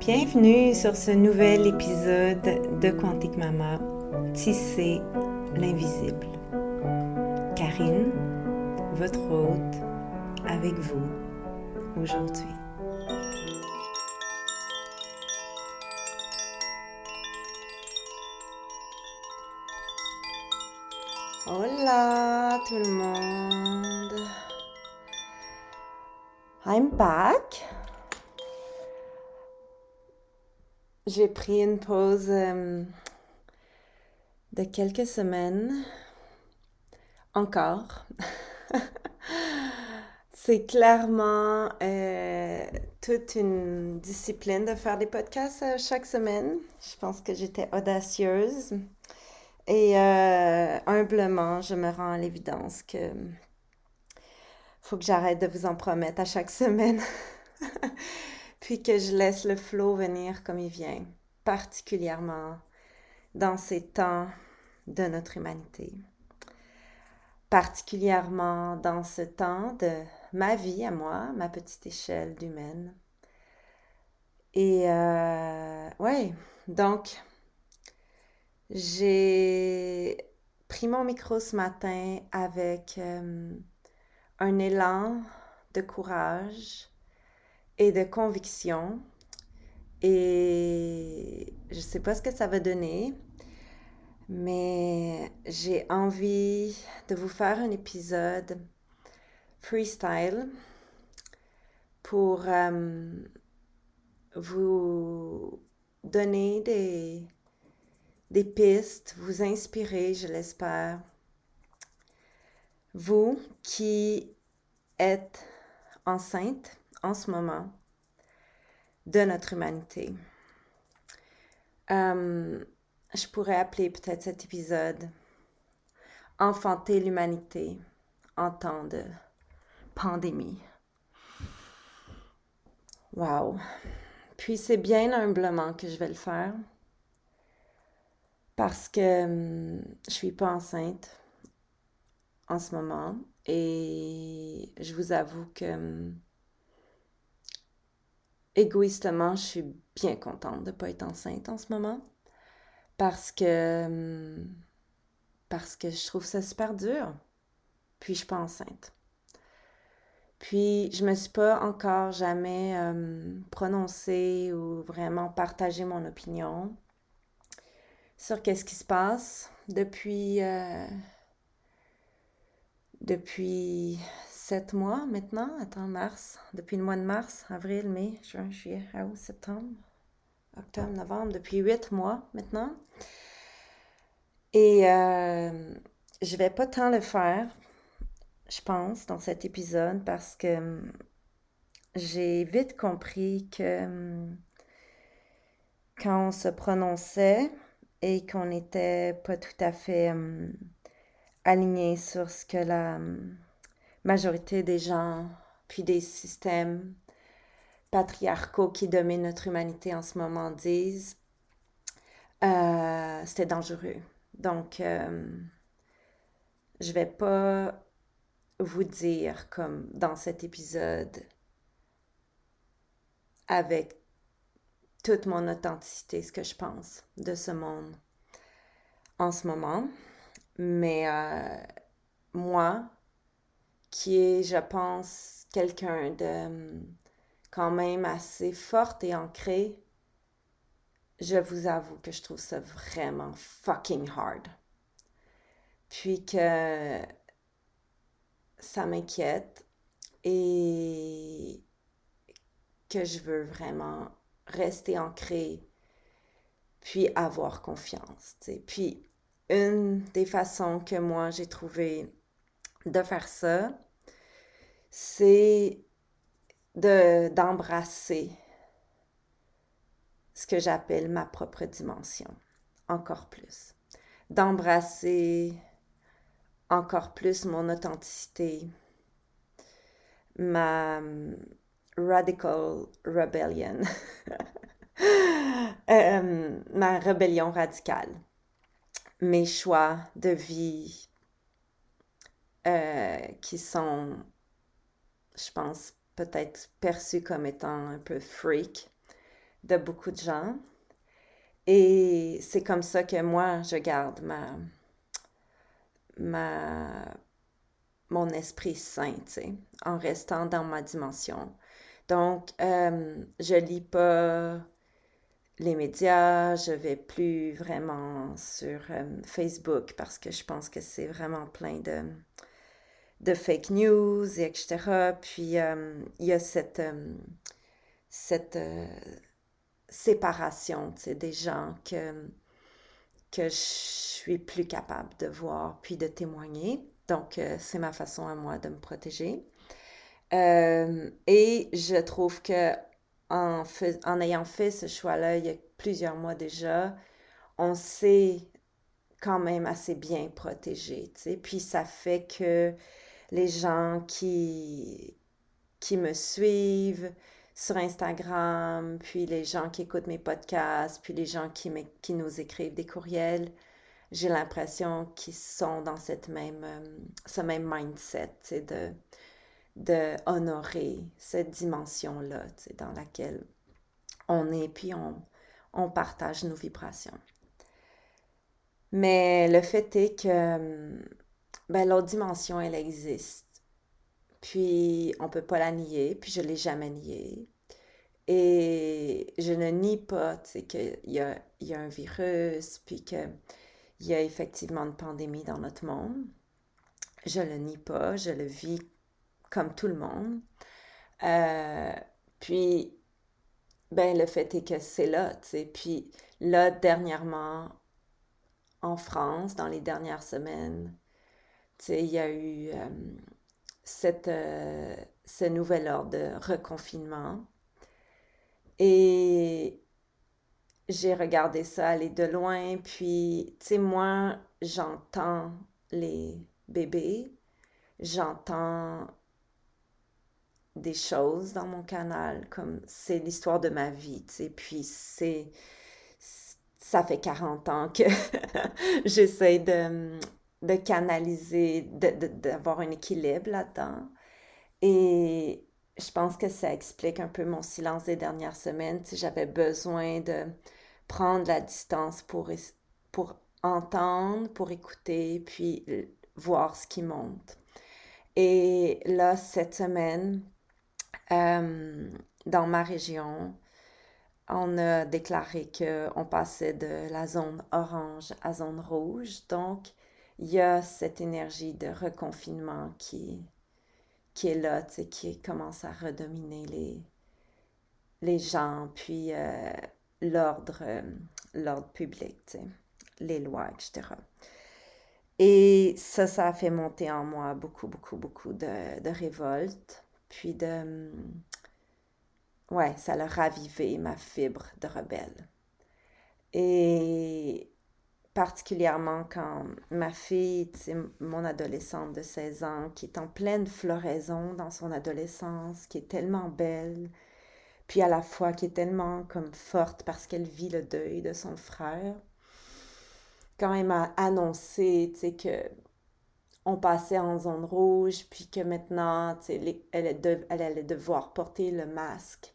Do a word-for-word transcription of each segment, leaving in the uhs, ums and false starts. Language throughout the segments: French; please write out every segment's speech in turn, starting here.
Bienvenue sur ce nouvel épisode de Quantique Mama, Tisser l'invisible. Karine, votre hôte, avec vous aujourd'hui. Hola tout le monde! I'm back! J'ai pris une pause euh, de quelques semaines. Encore. C'est clairement euh, toute une discipline de faire des podcasts euh, chaque semaine. Je pense que j'étais audacieuse. Et euh, humblement, je me rends à l'évidence que faut que j'arrête de vous en promettre à chaque semaine. Puis que je laisse le flow venir comme il vient, particulièrement dans ces temps de notre humanité. Particulièrement dans ce temps de ma vie à moi, ma petite échelle d'humaine. Et euh, ouais, donc j'ai pris mon micro ce matin avec euh, un élan de courage et de conviction. Et je sais pas ce que ça va donner, mais j'ai envie de vous faire un épisode freestyle pour euh, vous donner des, des pistes, vous inspirer, je l'espère. Vous qui êtes enceinte en ce moment de notre humanité. Euh, je pourrais appeler peut-être cet épisode Enfanter l'humanité en temps de pandémie. Wow! Puis c'est bien humblement que je vais le faire parce que hum, je suis pas enceinte en ce moment et je vous avoue que hum, égoïstement, je suis bien contente de pas être enceinte en ce moment parce que hum, parce que je trouve ça super dur. Puis je suis pas enceinte. Puis, je me suis pas encore jamais euh, prononcée ou vraiment partagé mon opinion sur qu'est-ce qui se passe depuis, euh, depuis sept mois maintenant. Attends, mars. Depuis le mois de mars, avril, mai, juin, juillet, août, septembre, octobre, novembre. Depuis huit mois maintenant. Et euh, je vais pas tant le faire, je pense, dans cet épisode parce que j'ai vite compris que quand on se prononçait et qu'on n'était pas tout à fait um, aligné sur ce que la um, majorité des gens, puis des systèmes patriarcaux qui dominent notre humanité en ce moment disent, euh, c'était dangereux. Donc, euh, je vais pas vous dire, comme dans cet épisode, avec toute mon authenticité, ce que je pense de ce monde en ce moment. Mais euh, moi, qui est, je pense, quelqu'un de quand même assez forte et ancrée, je vous avoue que je trouve ça vraiment fucking hard. Puis que ça m'inquiète et que je veux vraiment rester ancrée puis avoir confiance, t'sais. Puis une des façons que moi j'ai trouvé de faire ça, c'est de, d'embrasser ce que j'appelle ma propre dimension, encore plus. D'embrasser encore plus mon authenticité, ma radical rebellion, euh, ma rébellion radicale, mes choix de vie euh, qui sont, je pense, peut-être perçus comme étant un peu freak, de beaucoup de gens. Et c'est comme ça que moi, je garde ma, ma, mon esprit sain, tu sais, en restant dans ma dimension. Donc, euh, je lis pas les médias, je vais plus vraiment sur euh, Facebook parce que je pense que c'est vraiment plein de, de fake news, et cetera. Puis, euh, il y a cette, euh, cette euh, séparation, tu sais, des gens que, que je suis plus capable de voir puis de témoigner. Donc, euh, c'est ma façon à moi de me protéger. Euh, et je trouve que en, fais- en ayant fait ce choix-là il y a plusieurs mois déjà, on s'est quand même assez bien protégé, tu sais. Puis ça fait que les gens qui, qui me suivent sur Instagram, puis les gens qui écoutent mes podcasts, puis les gens qui, qui nous écrivent des courriels, j'ai l'impression qu'ils sont dans cette même, euh, ce même mindset, tu sais, de, de honorer cette dimension-là, tu sais, dans laquelle on est, puis on, on partage nos vibrations. Mais le fait est que ben, l'autre dimension, elle existe. Puis on peut pas la nier, puis je l'ai jamais niée. Et je ne nie pas, tu sais, qu'il y a, il y a un virus, puis qu'il y a effectivement une pandémie dans notre monde. Je le nie pas, je le vis comme tout le monde. Euh, puis, ben, le fait est que c'est là, tu sais. Puis là, dernièrement, en France, dans les dernières semaines, tu sais, il y a eu euh, cette, euh, ce nouvel ordre de reconfinement. Et j'ai regardé ça aller de loin, puis, tu sais, moi, j'entends les bébés, j'entends des choses dans mon canal, comme c'est l'histoire de ma vie, tu sais, puis c'est, ça fait quarante ans que j'essaie de, de canaliser, de, de, d'avoir un équilibre là-dedans. Et je pense que ça explique un peu mon silence des dernières semaines. Tu sais, j'avais besoin de prendre la distance pour, pour entendre, pour écouter, puis voir ce qui monte. Et là, cette semaine, euh, dans ma région, on a déclaré qu'on passait de la zone orange à zone rouge. Donc, il y a cette énergie de reconfinement qui, qui est là, tu sais, qui commence à redominer les, les gens, puis euh, l'ordre, euh, l'ordre public, tu sais, les lois, et cetera. Et ça, ça a fait monter en moi beaucoup, beaucoup, beaucoup de, de révolte, puis de... Ouais, ça a ravivé ma fibre de rebelle. Et particulièrement quand ma fille, tu sais, mon adolescente de seize ans, qui est en pleine floraison dans son adolescence, qui est tellement belle, puis à la fois qui est tellement comme forte parce qu'elle vit le deuil de son frère. Quand elle m'a annoncé, tu sais, que on passait en zone rouge, puis que maintenant, tu sais, elle, elle allait devoir porter le masque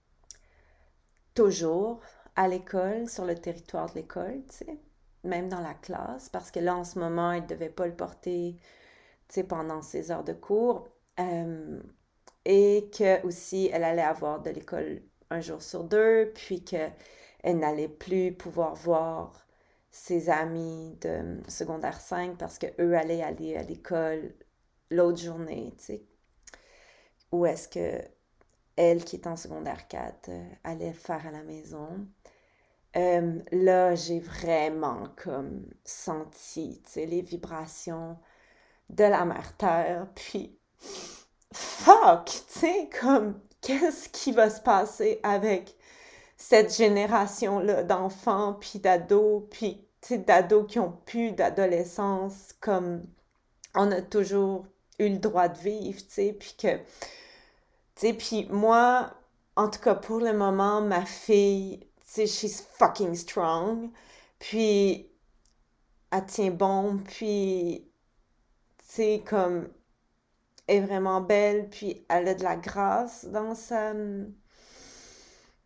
toujours à l'école, sur le territoire de l'école, tu sais, même dans la classe, parce que là, en ce moment, elle ne devait pas le porter, tu sais, pendant ses heures de cours. Euh, et que aussi, elle allait avoir de l'école un jour sur deux, puis qu'elle n'allait plus pouvoir voir ses amis de secondaire cinq parce qu'eux allaient aller à l'école l'autre journée, tu sais. Ou est-ce que elle, qui est en secondaire quatre, euh, allait faire à la maison? Euh, là, j'ai vraiment comme senti, tu sais, les vibrations de la mère Terre, puis fuck, tu sais, comme qu'est-ce qui va se passer avec cette génération-là d'enfants, puis d'ados, puis tu sais, d'ados qui ont plus d'adolescence, comme on a toujours eu le droit de vivre, tu sais, puis que, tu sais, puis moi, en tout cas pour le moment, ma fille, tu sais, she's fucking strong, puis elle tient bon, puis, tu sais, comme, est vraiment belle, puis elle a de la grâce dans sa,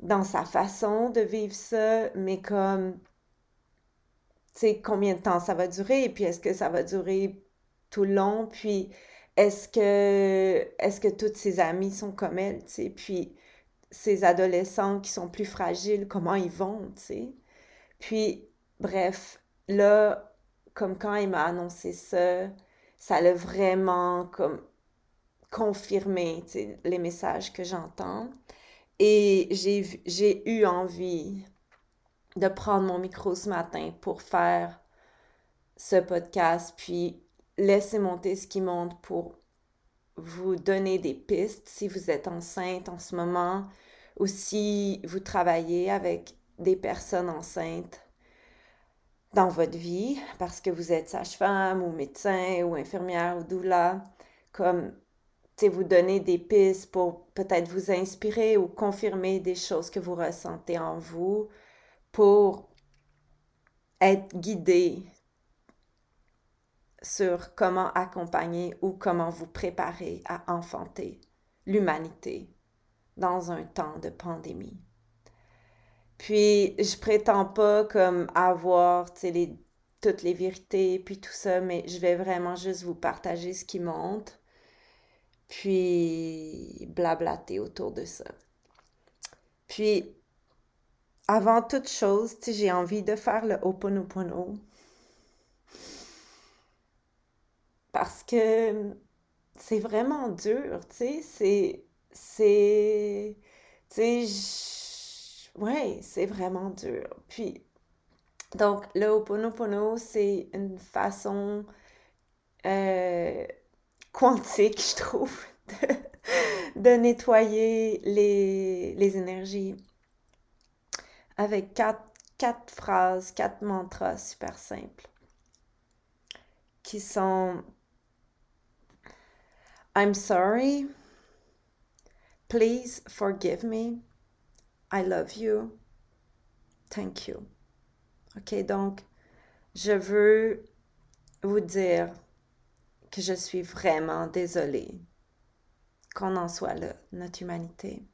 dans sa façon de vivre ça, mais comme, tu sais, combien de temps ça va durer, et puis est-ce que ça va durer tout le long, puis est-ce que, est-ce que toutes ses amies sont comme elle, tu sais, puis ces adolescents qui sont plus fragiles, comment ils vont, tu sais. Puis, bref, là, comme quand il m'a annoncé ça, ça l'a vraiment comme confirmé, tu sais, les messages que j'entends. Et j'ai, vu- j'ai eu envie de prendre mon micro ce matin pour faire ce podcast, puis laisser monter ce qui monte pour vous donner des pistes si vous êtes enceinte en ce moment ou si vous travaillez avec des personnes enceintes dans votre vie parce que vous êtes sage-femme ou médecin ou infirmière ou doula, comme tu sais, vous donner des pistes pour peut-être vous inspirer ou confirmer des choses que vous ressentez en vous pour être guidé sur comment accompagner ou comment vous préparer à enfanter l'humanité dans un temps de pandémie. Puis, je prétends pas comme avoir, tu sais, les, toutes les vérités, puis tout ça, mais je vais vraiment juste vous partager ce qui monte, puis blablater autour de ça. Puis, avant toute chose, tu sais, j'ai envie de faire le Ho'oponopono parce que c'est vraiment dur, tu sais, c'est, c'est, tu sais, je- ouais, c'est vraiment dur. Puis, donc, le Ho'oponopono, c'est une façon euh, quantique, je trouve, de, de nettoyer les, les énergies avec quatre, quatre phrases, quatre mantras super simples qui sont I'm sorry, please forgive me, I love you, thank you. Ok, donc je veux vous dire que je suis vraiment désolée qu'on en soit là, notre humanité.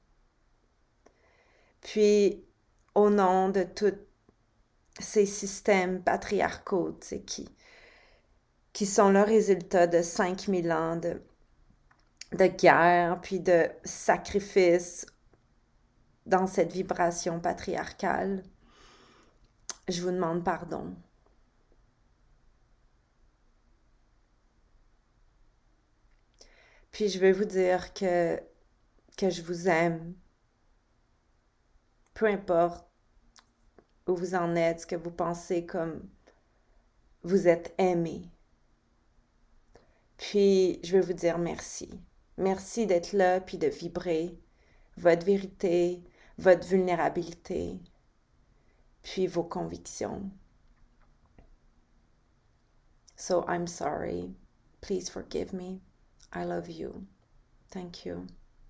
Puis, au nom de tous ces systèmes patriarcaux, tu sais, qui, qui sont le résultat de cinq mille ans de, de guerre, puis de sacrifices dans cette vibration patriarcale, je vous demande pardon. Puis je veux vous dire que, que je vous aime, peu importe où vous en êtes, ce que vous pensez comme vous êtes aimé. Puis je veux vous dire merci. Merci d'être là, puis de vibrer votre vérité, votre vulnérabilité, puis vos convictions. So I'm sorry. Please forgive me. I love you. Thank you.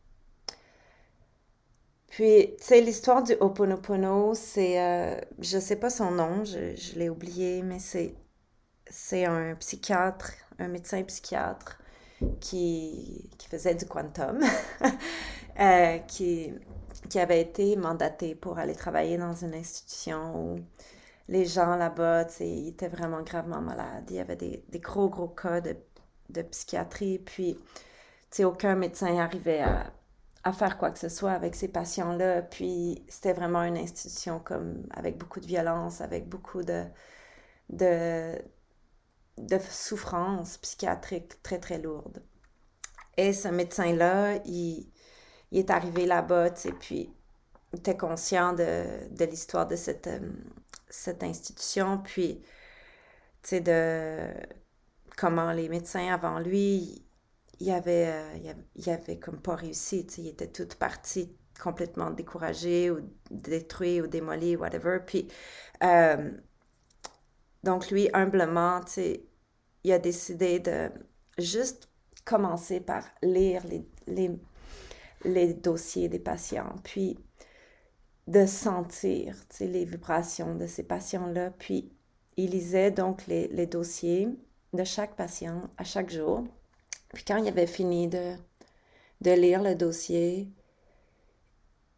Puis, tu sais, l'histoire du Ho'oponopono, c'est, euh, je sais pas son nom, je, je l'ai oublié, mais c'est, c'est un psychiatre, un médecin psychiatre qui, qui faisait du quantum, euh, qui, qui avait été mandaté pour aller travailler dans une institution où les gens là-bas, tu sais, ils étaient vraiment gravement malades. Il y avait des, des gros, gros cas de, de psychiatrie, puis, tu sais, aucun médecin arrivait à à faire quoi que ce soit avec ces patients-là. Puis c'était vraiment une institution comme avec beaucoup de violence, avec beaucoup de, de, de souffrances psychiatriques très, très lourdes. Et ce médecin-là, il, il est arrivé là-bas, tu sais, puis il était conscient de, de l'histoire de cette, euh, cette institution, puis, tu sais, de comment les médecins avant lui, il avait, euh, il avait, il avait comme pas réussi, tu sais, il était tout parti complètement découragé ou détruit ou démoli, whatever. Puis, euh, donc lui, humblement, tu sais, il a décidé de juste commencer par lire les, les, les dossiers des patients, puis de sentir, tu sais, les vibrations de ces patients-là. Puis, il lisait donc les, les dossiers de chaque patient à chaque jour. Puis quand il avait fini de, de lire le dossier,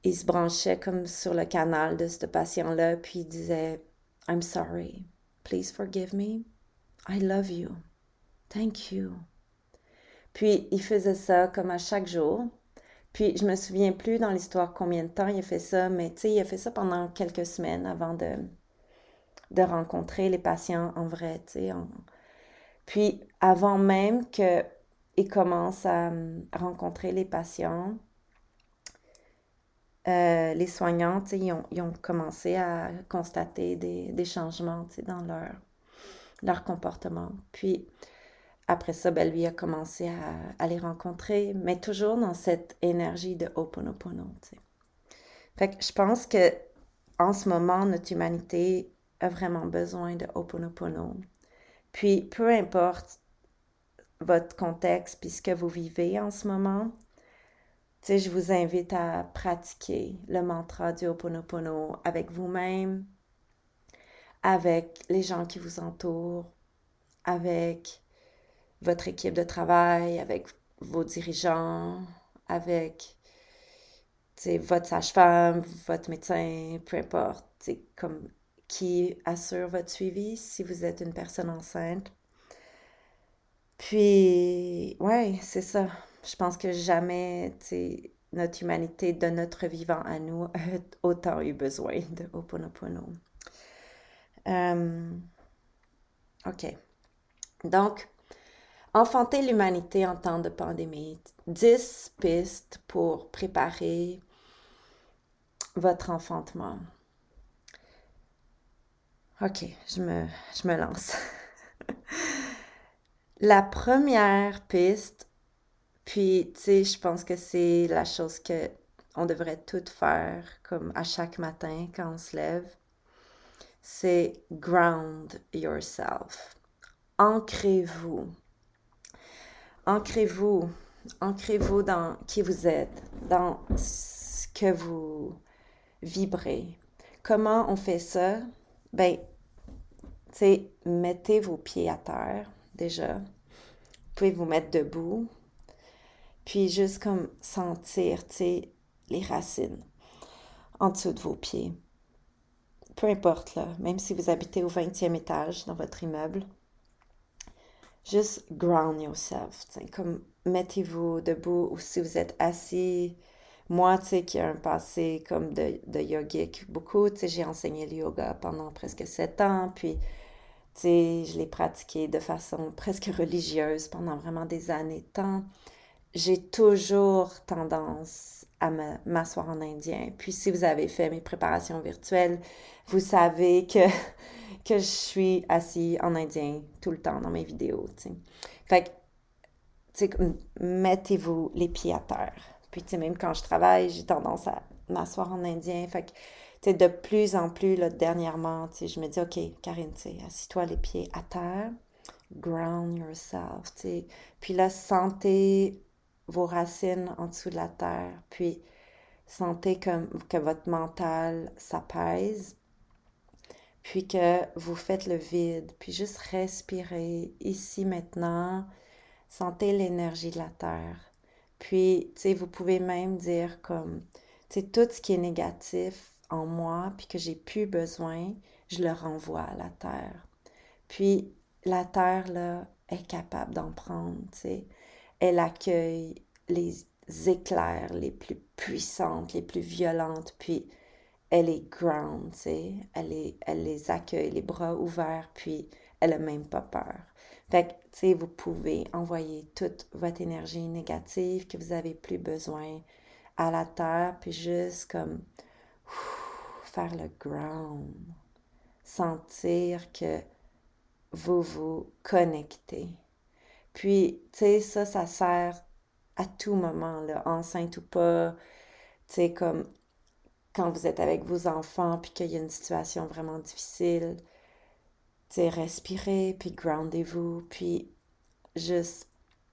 il se branchait comme sur le canal de ce patient-là, puis il disait « I'm sorry. Please forgive me. I love you. Thank you. » Puis il faisait ça comme à chaque jour. Puis je me souviens plus dans l'histoire combien de temps il a fait ça, mais tu sais, il a fait ça pendant quelques semaines avant de, de rencontrer les patients en vrai, tu sais. En... Puis avant même qu'il commence à rencontrer les patients, euh, les soignants, tu sais, ils ont, ils ont commencé à constater des, des changements, tu sais, dans leur, leur comportement. Puis après ça, ben, lui a commencé à, à les rencontrer, mais toujours dans cette énergie de Ho'oponopono, tu sais. Fait que je pense que en ce moment, notre humanité a vraiment besoin de Ho'oponopono. Puis, peu importe votre contexte puis ce que vous vivez en ce moment, tu sais, je vous invite à pratiquer le mantra du Ho'oponopono avec vous-même, avec les gens qui vous entourent, avec votre équipe de travail, avec vos dirigeants, avec votre sage-femme, votre médecin, peu importe, comme qui assure votre suivi si vous êtes une personne enceinte. Puis, ouais, c'est ça. Je pense que jamais, notre humanité, de notre vivant à nous, a autant eu besoin de Ho'oponopono. Euh, OK. Donc, enfanter l'humanité en temps de pandémie. dix pistes pour préparer votre enfantement. OK, je me, je me lance. La première piste, puis tu sais, je pense que c'est la chose que on devrait toutes faire comme à chaque matin quand on se lève, c'est ground yourself. Ancrez-vous. Ancrez-vous. Ancrez-vous dans qui vous êtes, dans ce que vous vibrez. Comment on fait ça? Ben, tu sais, mettez vos pieds à terre, déjà. Vous pouvez vous mettre debout. Puis juste comme sentir, tu sais, les racines en dessous de vos pieds. Peu importe, là, même si vous habitez au vingtième étage dans votre immeuble, juste ground yourself, tu sais, comme mettez-vous debout ou si vous êtes assis. Moi, tu sais, qui a un passé comme de, de yogique beaucoup, tu sais, j'ai enseigné le yoga pendant presque sept ans, puis, tu sais, je l'ai pratiqué de façon presque religieuse pendant vraiment des années de temps. J'ai toujours tendance à m'asseoir en indien. Puis si vous avez fait mes préparations virtuelles, vous savez que, que je suis assis en indien tout le temps dans mes vidéos, tu sais. Fait que, tu sais, mettez-vous les pieds à terre. Puis, tu sais, même quand je travaille, j'ai tendance à m'asseoir en indien. Fait que, tu sais, de plus en plus, là, dernièrement, tu sais, je me dis, OK, Karine, tu sais, assis-toi les pieds à terre. Ground yourself, tu sais. Puis là, sentez vos racines en dessous de la terre. Puis, sentez comme que votre mental s'apaise. Puis que vous faites le vide. Puis juste respirez ici maintenant. Sentez l'énergie de la terre. Puis, tu sais, vous pouvez même dire comme, tu sais, tout ce qui est négatif en moi, puis que j'ai plus besoin, je le renvoie à la terre. Puis, la terre, là, est capable d'en prendre, tu sais. Elle accueille les éclairs les plus puissantes, les plus violentes, puis elle est ground, tu sais. Elle, est, elle les accueille, les bras ouverts, puis elle a même pas peur. Fait que, tu sais, vous pouvez envoyer toute votre énergie négative que vous avez plus besoin à la terre, puis juste comme ouf, faire le ground. Sentir que vous vous connectez. Puis, tu sais, ça, ça sert à tout moment, là, enceinte ou pas, tu sais, comme quand vous êtes avec vos enfants puis qu'il y a une situation vraiment difficile, tu sais, respirez, puis groundez-vous, puis juste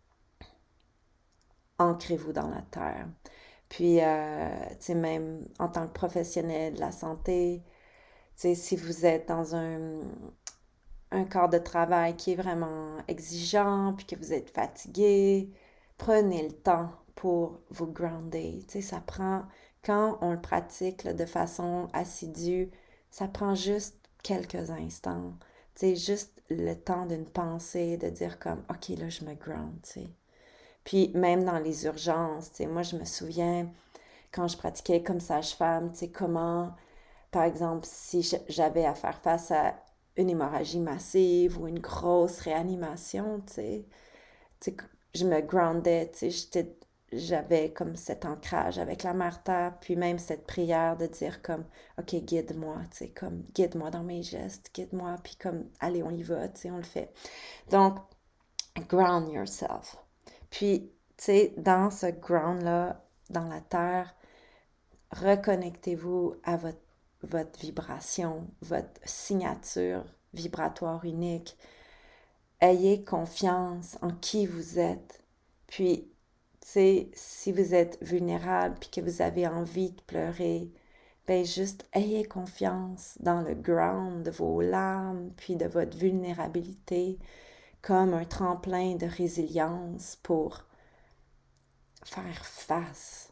ancrez-vous dans la terre. Puis, euh, tu sais, même en tant que professionnel de la santé, tu sais, si vous êtes dans un, un corps de travail qui est vraiment exigeant, puis que vous êtes fatigué, prenez le temps pour vous grounder. Tu sais, ça prend quand on le pratique là, de façon assidue, ça prend juste quelques instants. Tu sais, juste le temps d'une pensée, de dire comme, OK, là, je me ground, tu sais. Puis même dans les urgences, tu sais, moi, je me souviens, quand je pratiquais comme sage-femme, tu sais, comment, par exemple, si j'avais à faire face à une hémorragie massive ou une grosse réanimation, tu sais, tu sais, je me groundais, tu sais, j'étais, j'avais comme cet ancrage avec la mère terre, puis même cette prière de dire comme, OK, guide-moi, tu sais, comme, guide-moi dans mes gestes, guide-moi, puis comme, allez, on y va, tu sais, on le fait. Donc, ground yourself. Puis, tu sais, dans ce ground-là, dans la terre, reconnectez-vous à votre, votre vibration, votre signature vibratoire unique. Ayez confiance en qui vous êtes. Puis, tu sais, si vous êtes vulnérable puis que vous avez envie de pleurer, ben juste ayez confiance dans le ground de vos larmes puis de votre vulnérabilité comme un tremplin de résilience pour faire face.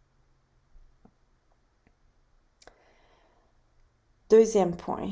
Deuxième point.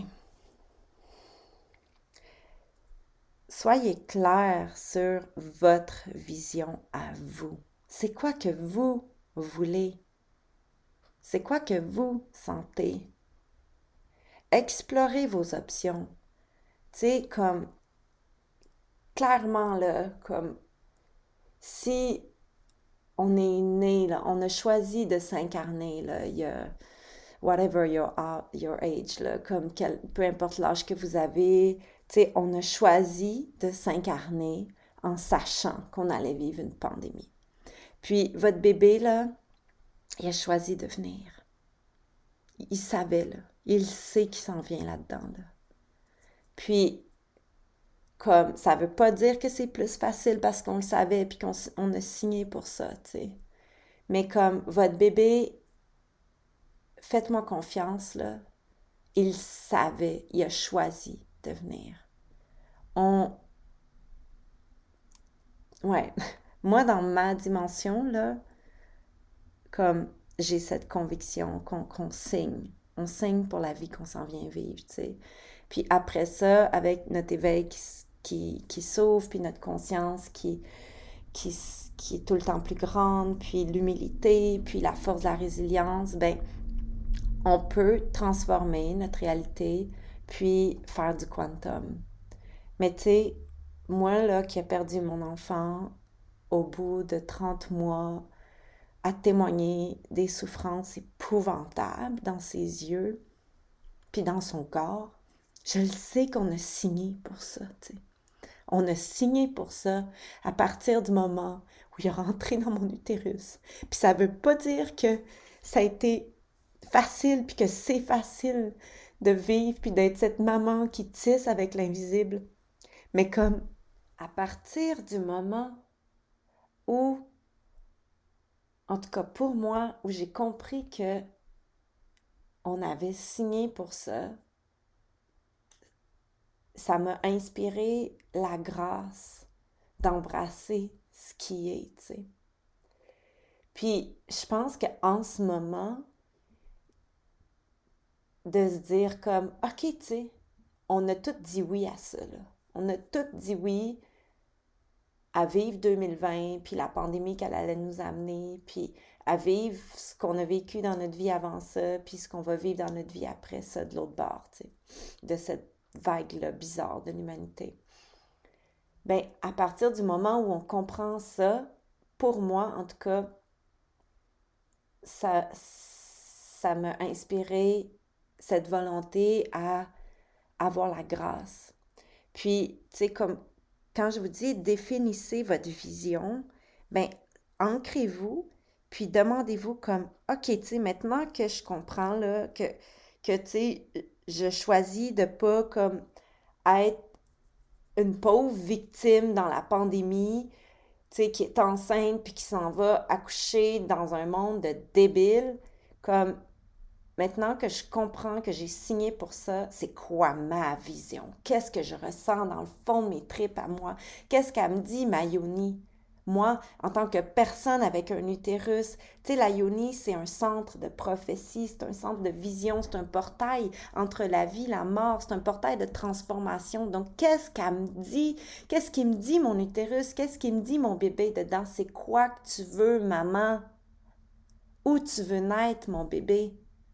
Soyez clair sur votre vision à vous. C'est quoi que vous voulez? C'est quoi que vous sentez? Explorez vos options. Tu sais, comme, clairement, là, comme, si on est né, là, on a choisi de s'incarner, là, il y a, whatever your, your age, là, comme, quel, peu importe l'âge que vous avez, tu sais, on a choisi de s'incarner en sachant qu'on allait vivre une pandémie. Puis, votre bébé, là, il a choisi de venir. Il savait, là. Il sait qu'il s'en vient là-dedans, là. Puis, comme, ça veut pas dire que c'est plus facile parce qu'on le savait puis qu'on on a signé pour ça, tu sais. Mais comme, votre bébé, faites-moi confiance, là. Il savait, il a choisi de venir. On... Ouais. Moi, dans ma dimension, là, comme, j'ai cette conviction qu'on qu'on signe. On signe pour la vie qu'on s'en vient vivre, tu sais. Puis après ça, avec notre éveil qui, qui, qui s'ouvre, puis notre conscience qui, qui, qui est tout le temps plus grande, puis l'humilité, puis la force de la résilience, ben, on peut transformer notre réalité, puis faire du quantum. Mais tu sais, moi, là, qui ai perdu mon enfant au bout de trente mois, à témoigner des souffrances épouvantables dans ses yeux, puis dans son corps, je le sais qu'on a signé pour ça, tu sais. On a signé pour ça à partir du moment où il est rentré dans mon utérus. Puis ça veut pas dire que ça a été facile, puis que c'est facile de vivre, puis d'être cette maman qui tisse avec l'invisible. Mais comme à partir du moment où, en tout cas pour moi, où j'ai compris que on avait signé pour ça, ça m'a inspiré la grâce d'embrasser ce qui est, tu sais. Puis, je pense qu'en ce moment, de se dire comme, OK, tu sais, on a tous dit oui à ça, là. On a tous dit oui à vivre deux mille vingt, puis la pandémie qu'elle allait nous amener, puis à vivre ce qu'on a vécu dans notre vie avant ça, puis ce qu'on va vivre dans notre vie après ça, de l'autre bord, tu sais, de cette vague-là bizarre de l'humanité. Bien, à partir du moment où on comprend ça, pour moi, en tout cas, ça, ça m'a inspiré cette volonté à avoir la grâce. Puis, tu sais, comme quand je vous dis définissez votre vision, ben ancrez-vous, puis demandez-vous comme, OK, tu sais, maintenant que je comprends, là, que, que tu sais, je choisis de pas comme être une pauvre victime dans la pandémie, tu sais, qui est enceinte puis qui s'en va accoucher dans un monde de débiles, comme maintenant que je comprends que j'ai signé pour ça, c'est quoi ma vision? Qu'est-ce que je ressens dans le fond de mes tripes à moi? Qu'est-ce qu'elle me dit, ma Yoni? moi, en tant que personne avec un utérus, tu sais, la yoni, c'est un centre de prophétie, c'est un centre de vision, c'est un portail entre la vie, la mort, c'est un portail de transformation. Donc, qu'est-ce qu'elle me dit? Qu'est-ce qui me dit, mon utérus? Qu'est-ce qui me dit, mon bébé dedans? C'est quoi que tu veux, maman? Où tu veux naître, mon bébé?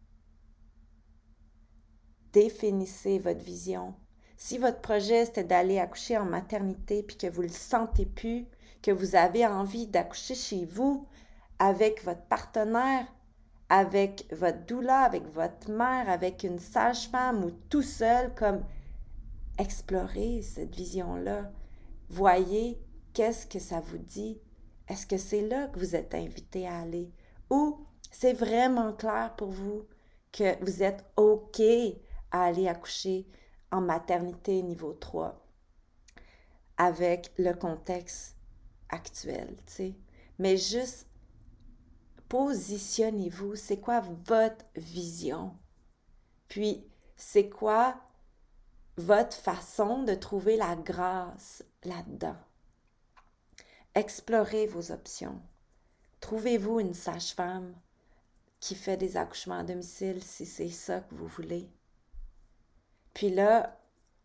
Définissez votre vision. Si votre projet c'était d'aller accoucher en maternité puis que vous ne le sentez plus, que vous avez envie d'accoucher chez vous avec votre partenaire, avec votre doula, avec votre mère, avec une sage-femme ou tout seul, comme explorez cette vision-là. Voyez qu'est-ce que ça vous dit. Est-ce que c'est là que vous êtes invité à aller? Ou c'est vraiment clair pour vous que vous êtes OK à aller accoucher en maternité niveau trois avec le contexte actuel, tu sais. Mais juste positionnez-vous, c'est quoi votre vision? Puis, c'est quoi votre façon de trouver la grâce là-dedans? Explorez vos options. Trouvez-vous une sage-femme qui fait des accouchements à domicile si c'est ça que vous voulez. Puis là,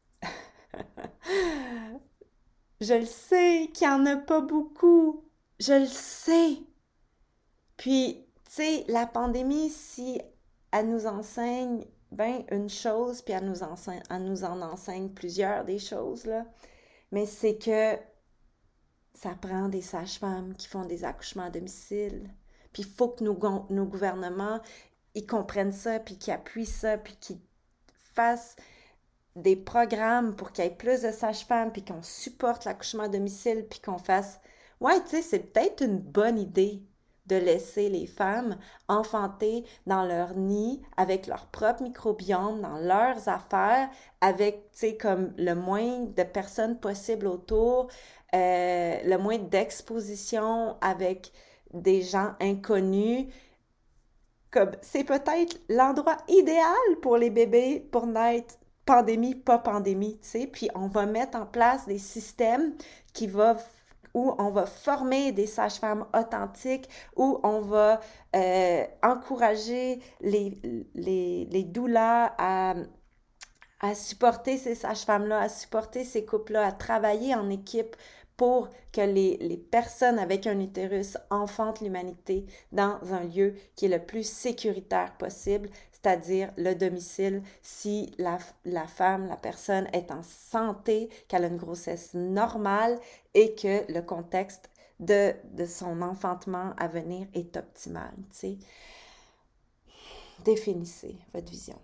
je le sais qu'il n'y en a pas beaucoup. Je le sais. Puis, tu sais, la pandémie, si elle nous enseigne ben une chose, puis elle nous, enseigne, elle nous en enseigne plusieurs des choses, là, mais c'est que ça prend des sages-femmes qui font des accouchements à domicile. Puis il faut que nos, nos gouvernements, ils comprennent ça, puis qu'ils appuient ça, puis qu'ils fassent des programmes pour qu'il y ait plus de sages-femmes, puis qu'on supporte l'accouchement à domicile, puis qu'on fasse... Ouais, tu sais, c'est peut-être une bonne idée de laisser les femmes enfanter dans leur nid, avec leur propre microbiome, dans leurs affaires, avec, tu sais, comme le moins de personnes possibles autour, euh, le moins d'exposition avec des gens inconnus. Comme, c'est peut-être l'endroit idéal pour les bébés pour naître, pandémie, pas pandémie, tu sais. Puis on va mettre en place des systèmes qui vont où on va former des sages-femmes authentiques, où on va euh, encourager les, les, les doulas à, à supporter ces sages-femmes-là, à supporter ces couples-là, à travailler en équipe pour que les, les personnes avec un utérus enfantent l'humanité dans un lieu qui est le plus sécuritaire possible, c'est-à-dire le domicile, si la, la femme, la personne est en santé, qu'elle a une grossesse normale et que le contexte de, de son enfantement à venir est optimal. Tu sais. Définissez votre vision.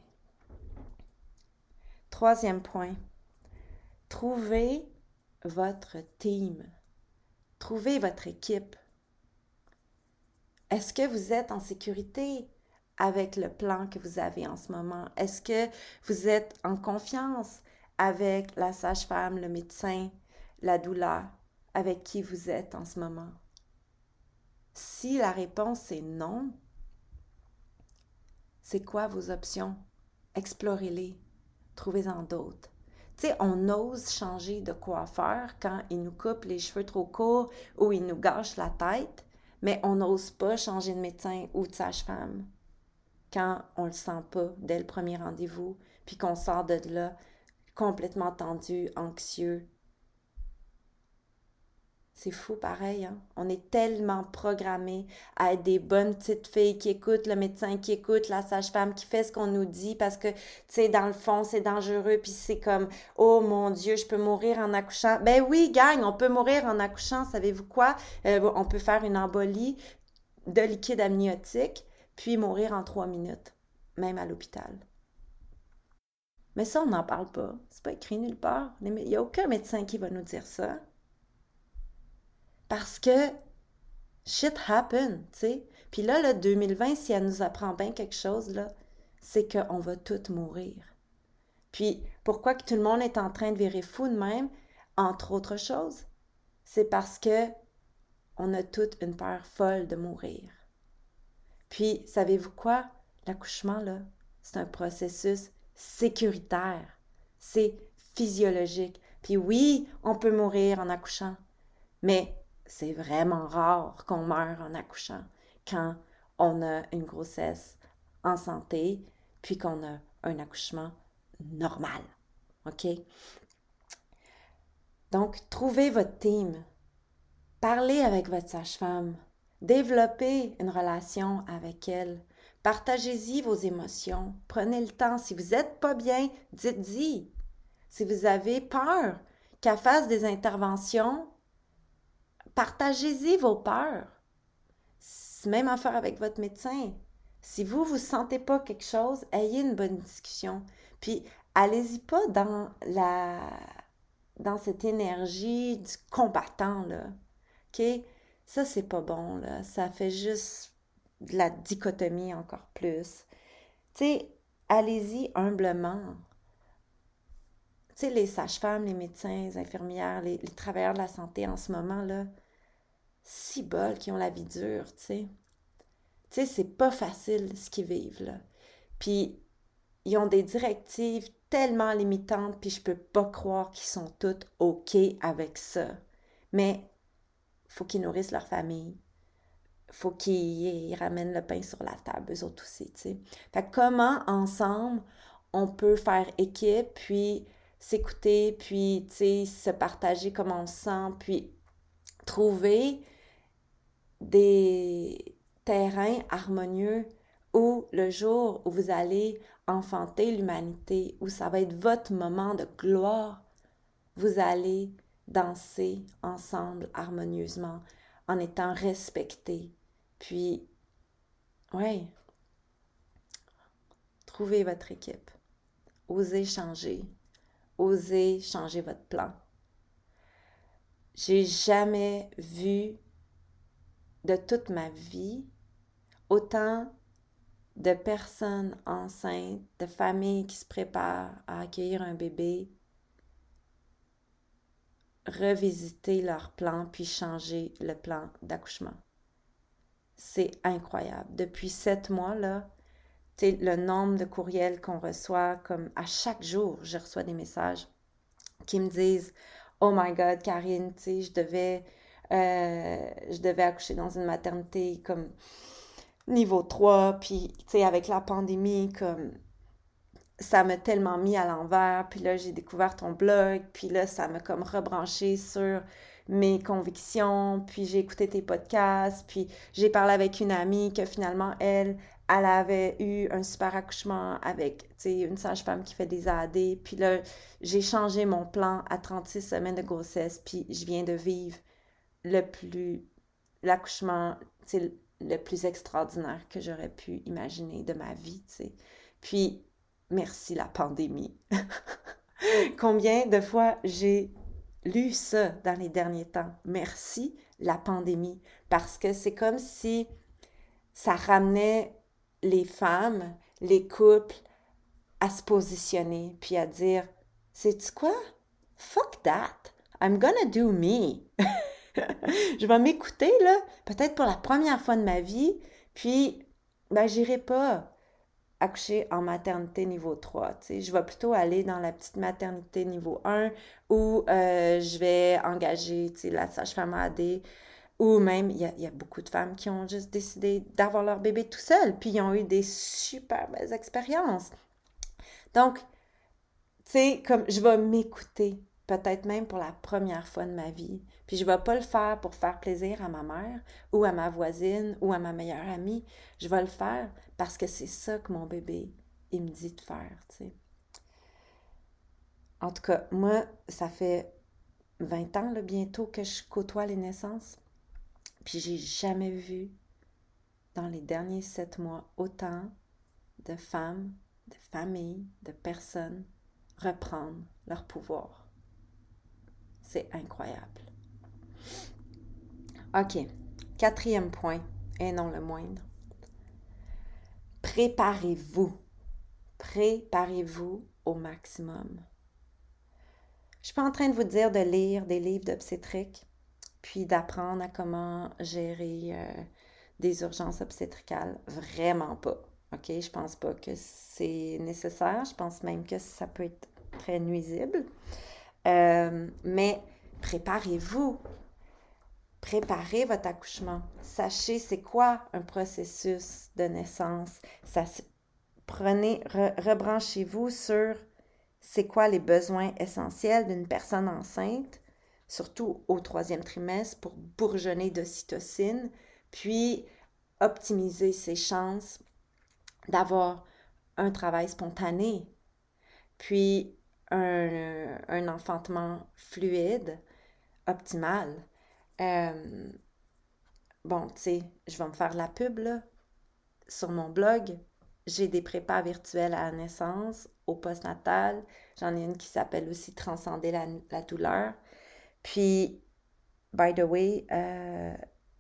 Troisième point, trouvez votre team. Trouvez votre équipe. Est-ce que vous êtes en sécurité avec le plan que vous avez en ce moment? Est-ce que vous êtes en confiance avec la sage-femme, le médecin, la doula, avec qui vous êtes en ce moment? Si la réponse est non, c'est quoi vos options? Explorez-les. Trouvez-en d'autres. Tu sais, on ose changer de coiffeur quand il nous coupe les cheveux trop courts ou il nous gâche la tête, mais on n'ose pas changer de médecin ou de sage-femme quand on le sent pas dès le premier rendez-vous, puis qu'on sort de là complètement tendu, anxieux. C'est fou pareil, hein? On est tellement programmés à être des bonnes petites filles qui écoutent le médecin, qui écoutent la sage-femme, qui fait ce qu'on nous dit parce que, tu sais, dans le fond, c'est dangereux, puis c'est comme, oh mon Dieu, je peux mourir en accouchant. Ben oui, gang, on peut mourir en accouchant, savez-vous quoi? Euh, on peut faire une embolie de liquide amniotique, puis mourir en trois minutes, même à l'hôpital. Mais ça, on n'en parle pas. C'est pas écrit nulle part. Il n'y a aucun médecin qui va nous dire ça. Parce que shit happen, tu sais. Puis là, le deux mille vingt, si elle nous apprend bien quelque chose, là, c'est qu'on va toutes mourir. Puis pourquoi que tout le monde est en train de virer fou de même, entre autres choses, c'est parce que on a toute une peur folle de mourir. Puis, savez-vous quoi? L'accouchement, là, c'est un processus sécuritaire. C'est physiologique. Puis oui, on peut mourir en accouchant, mais c'est vraiment rare qu'on meure en accouchant quand on a une grossesse en santé, puis qu'on a un accouchement normal. OK? Donc, trouvez votre team. Parlez avec votre sage-femme. Développez une relation avec elle. Partagez-y vos émotions. Prenez le temps. Si vous n'êtes pas bien, dites-y. Si vous avez peur qu'elle fasse des interventions, partagez-y vos peurs. Même affaire avec votre médecin. Si vous, vous ne sentez pas quelque chose, ayez une bonne discussion. Puis, allez-y pas dans la dans cette énergie du combattant, là. OK? Ça, c'est pas bon, là. Ça fait juste de la dichotomie encore plus. Tu sais, allez-y humblement. Tu sais, les sages-femmes, les médecins, les infirmières, les, les travailleurs de la santé en ce moment, là, si bol qui ont la vie dure, tu sais. Tu sais, c'est pas facile ce qu'ils vivent, là. Puis, ils ont des directives tellement limitantes, puis je peux pas croire qu'ils sont tous OK avec ça. Mais faut qu'ils nourrissent leur famille. Faut qu'ils ramènent le pain sur la table, eux autres aussi, tu sais. Fait que comment, ensemble, on peut faire équipe, puis s'écouter, puis, tu sais, se partager comment on se sent, puis trouver des terrains harmonieux où le jour où vous allez enfanter l'humanité, où ça va être votre moment de gloire, vous allez danser ensemble harmonieusement en étant respectés. Puis, ouais, trouvez votre équipe. Osez changer. Osez changer votre plan. J'ai jamais vu de toute ma vie autant de personnes enceintes, de familles qui se préparent à accueillir un bébé, revisiter leur plan puis changer le plan d'accouchement. C'est incroyable. Depuis sept mois, là, tu sais, le nombre de courriels qu'on reçoit, comme à chaque jour, je reçois des messages qui me disent « Oh my God, Karine, tu sais, je devais, euh, je devais accoucher dans une maternité comme niveau trois, puis tu sais, avec la pandémie, comme ça m'a tellement mis à l'envers, puis là, j'ai découvert ton blog, puis là, ça m'a comme rebranché sur mes convictions, puis j'ai écouté tes podcasts, puis j'ai parlé avec une amie que finalement, elle, elle avait eu un super accouchement avec, tu sais, une sage-femme qui fait des A A D, puis là, j'ai changé mon plan à trente-six semaines de grossesse, puis je viens de vivre le plus, l'accouchement, tu sais, le plus extraordinaire que j'aurais pu imaginer de ma vie, tu sais. Puis, merci la pandémie. Combien de fois j'ai lu ça dans les derniers temps? Merci la pandémie. Parce que c'est comme si ça ramenait les femmes, les couples à se positionner, puis à dire, sais-tu quoi? Fuck that. I'm gonna do me. Je vais m'écouter, là, peut-être pour la première fois de ma vie, puis, ben, j'irai pas accoucher en maternité niveau trois, tu sais. Je vais plutôt aller dans la petite maternité niveau un où euh, je vais engager, tu sais, la sage-femme A D, ou même, il y a, il y a beaucoup de femmes qui ont juste décidé d'avoir leur bébé tout seul, puis ils ont eu des super belles expériences. Donc, tu sais, comme je vais m'écouter, peut-être même pour la première fois de ma vie. Puis je vais pas le faire pour faire plaisir à ma mère ou à ma voisine ou à ma meilleure amie. Je vais le faire parce que c'est ça que mon bébé, il me dit de faire, tu sais. En tout cas, moi, ça fait vingt ans, là, bientôt, que je côtoie les naissances. Puis j'ai jamais vu, dans les derniers sept mois, autant de femmes, de familles, de personnes reprendre leur pouvoir. C'est incroyable. OK. Quatrième point, et non le moindre. Préparez-vous. Préparez-vous au maximum. Je suis pas en train de vous dire de lire des livres d'obstétrique, puis d'apprendre à comment gérer euh, des urgences obstétricales. Vraiment pas. OK? Je pense pas que c'est nécessaire. Je pense même que ça peut être très nuisible. Euh, mais préparez-vous. préparez votre accouchement. Sachez c'est quoi un processus de naissance. Ça, prenez, re, rebranchez-vous sur c'est quoi les besoins essentiels d'une personne enceinte, surtout au troisième trimestre, pour bourgeonner d'ocytocine, puis optimiser ses chances d'avoir un travail spontané, puis un, un enfantement fluide, optimal. Euh, bon, tu sais, je vais me faire la pub, là. Sur mon blog, j'ai des prépas virtuels à la naissance, au postnatal. J'en ai une qui s'appelle aussi Transcender la, la douleur. Puis, by the way, euh,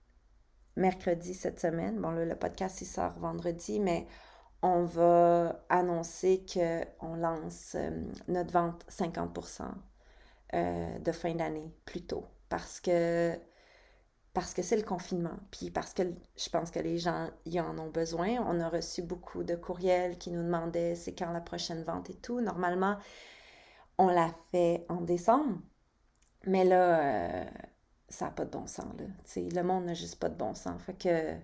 mercredi cette semaine, bon là, le podcast il sort vendredi, mais on va annoncer qu'on lance euh, notre vente cinquante pour cent euh, de fin d'année plus tôt. Parce que parce que c'est le confinement, puis parce que je pense que les gens y en ont besoin. On a reçu beaucoup de courriels qui nous demandaient c'est quand la prochaine vente et tout. Normalement, on l'a fait en décembre, mais là, euh, ça n'a pas de bon sens, là. T'sais, le monde n'a juste pas de bon sens. Fait que,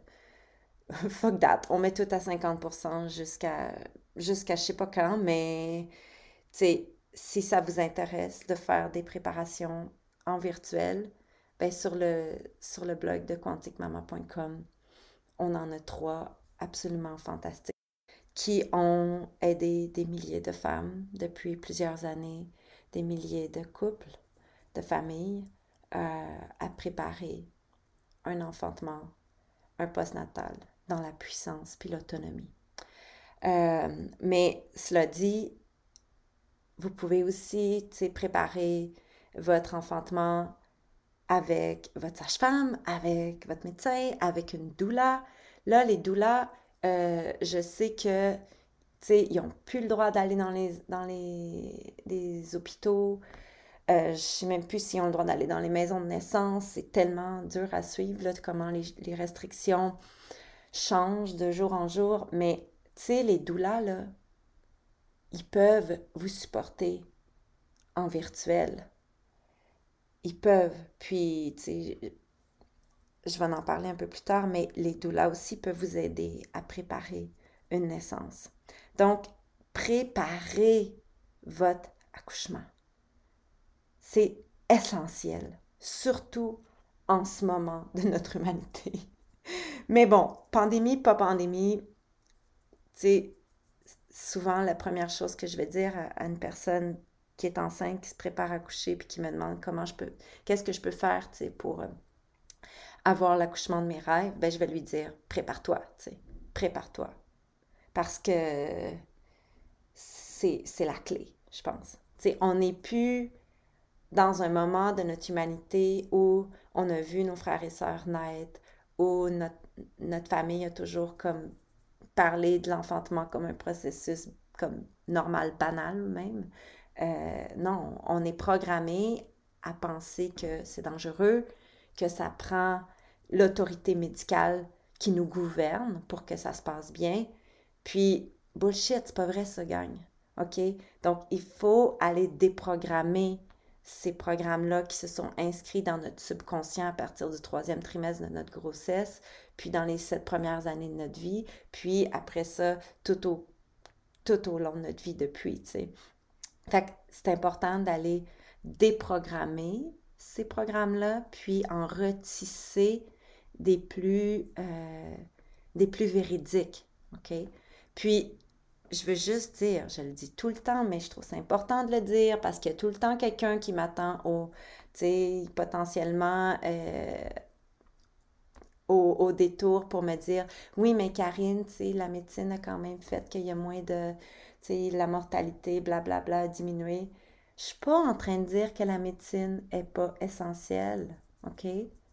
fuck that, on met tout à cinquante pour cent jusqu'à jusqu'à je sais pas quand, mais, tu sais, si ça vous intéresse de faire des préparations en virtuel, ben sur le, sur le blog de quantic mama point com, on en a trois absolument fantastiques qui ont aidé des milliers de femmes depuis plusieurs années, des milliers de couples, de familles euh, à préparer un enfantement, un postnatal dans la puissance puis l'autonomie. Euh, mais cela dit, vous pouvez aussi préparer votre enfantement avec votre sage-femme, avec votre médecin, avec une doula. Là, les doulas, euh, je sais que, tu sais, ils n'ont plus le droit d'aller dans les, dans les, les hôpitaux. Euh, je ne sais même plus s'ils ont le droit d'aller dans les maisons de naissance. C'est tellement dur à suivre, là, de comment les, les restrictions changent de jour en jour. Mais, tu sais, les doulas, là, ils peuvent vous supporter en virtuel. Ils peuvent. Puis, tu sais, je vais en parler un peu plus tard, mais les doulas aussi peuvent vous aider à préparer une naissance. Donc, préparez votre accouchement. C'est essentiel, surtout en ce moment de notre humanité. Mais bon, pandémie, pas pandémie, tu sais, souvent la première chose que je vais dire à une personne qui est enceinte, qui se prépare à accoucher, puis qui me demande comment je peux, qu'est-ce que je peux faire, tu sais, pour avoir l'accouchement de mes rêves, ben je vais lui dire, prépare-toi, tu sais, prépare-toi. Parce que c'est, c'est la clé, je pense. Tu sais, on n'est plus dans un moment de notre humanité où on a vu nos frères et sœurs naître, où notre, notre famille a toujours comme parlé de l'enfantement comme un processus comme normal, banal même. Euh, non, on est programmé à penser que c'est dangereux, que ça prend l'autorité médicale qui nous gouverne pour que ça se passe bien. Puis, bullshit, c'est pas vrai ça, gang. OK? Donc, il faut aller déprogrammer ces programmes-là qui se sont inscrits dans notre subconscient à partir du troisième trimestre de notre grossesse, puis dans les sept premières années de notre vie, puis après ça, tout au, tout au long de notre vie depuis, tu sais. Fait que c'est important d'aller déprogrammer ces programmes-là, puis en retisser des plus, euh, des plus véridiques, OK? Puis, je veux juste dire, je le dis tout le temps, mais je trouve c'est important de le dire parce qu'il y a tout le temps quelqu'un qui m'attend au, tu sais, potentiellement euh, au, au détour pour me dire, oui, mais Karine, tu sais, la médecine a quand même fait qu'il y a moins de, tu sais, la mortalité, blablabla, bla, bla, a diminué. Je suis pas en train de dire que la médecine est pas essentielle, OK?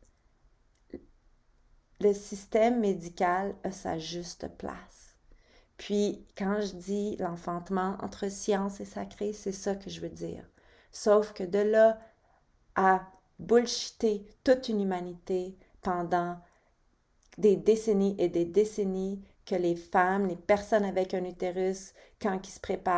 Le système médical a sa juste place. Puis, quand je dis l'enfantement entre science et sacré, c'est ça que je veux dire. Sauf que de là à bullshiter toute une humanité pendant des décennies et des décennies que les femmes, les personnes avec un utérus, quand ils se préparent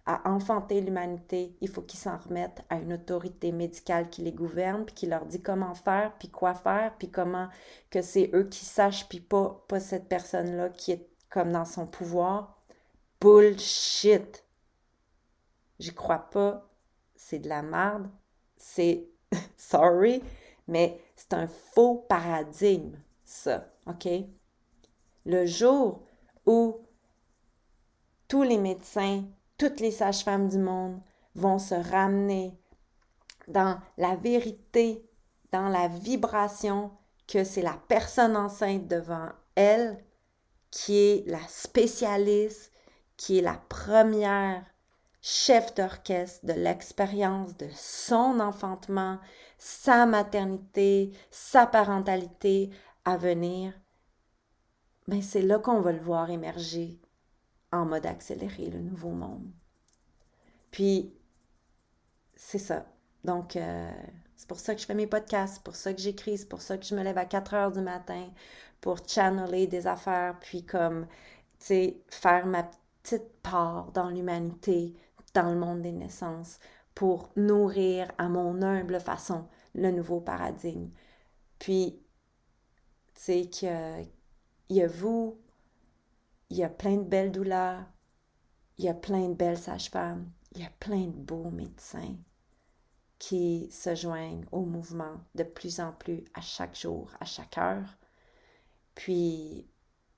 à enfanter l'humanité, il faut qu'ils s'en remettent à une autorité médicale qui les gouverne, puis qui leur dit comment faire, puis quoi faire, puis comment que c'est eux qui sachent, puis pas, pas cette personne-là qui est comme dans son pouvoir. Bullshit! J'y crois pas. C'est de la merde. C'est... Sorry, mais c'est un faux paradigme, ça, OK? Le jour où tous les médecins, toutes les sages-femmes du monde vont se ramener dans la vérité, dans la vibration que c'est la personne enceinte devant elle qui est la spécialiste, qui est la première chef d'orchestre de l'expérience de son enfantement, sa maternité, sa parentalité à venir, ben c'est là qu'on va le voir émerger en mode accéléré, le nouveau monde. Puis, c'est ça. Donc, euh, c'est pour ça que je fais mes podcasts, c'est pour ça que j'écris, c'est pour ça que je me lève à quatre heures du matin pour channeler des affaires, puis comme, tu sais, faire ma petite part dans l'humanité, dans le monde des naissances, pour nourrir à mon humble façon le nouveau paradigme. Puis, tu sais, qu'il y a vous, il y a plein de belles douleurs, il y a plein de belles sages-femmes, il y a plein de beaux médecins qui se joignent au mouvement de plus en plus à chaque jour, à chaque heure. Puis,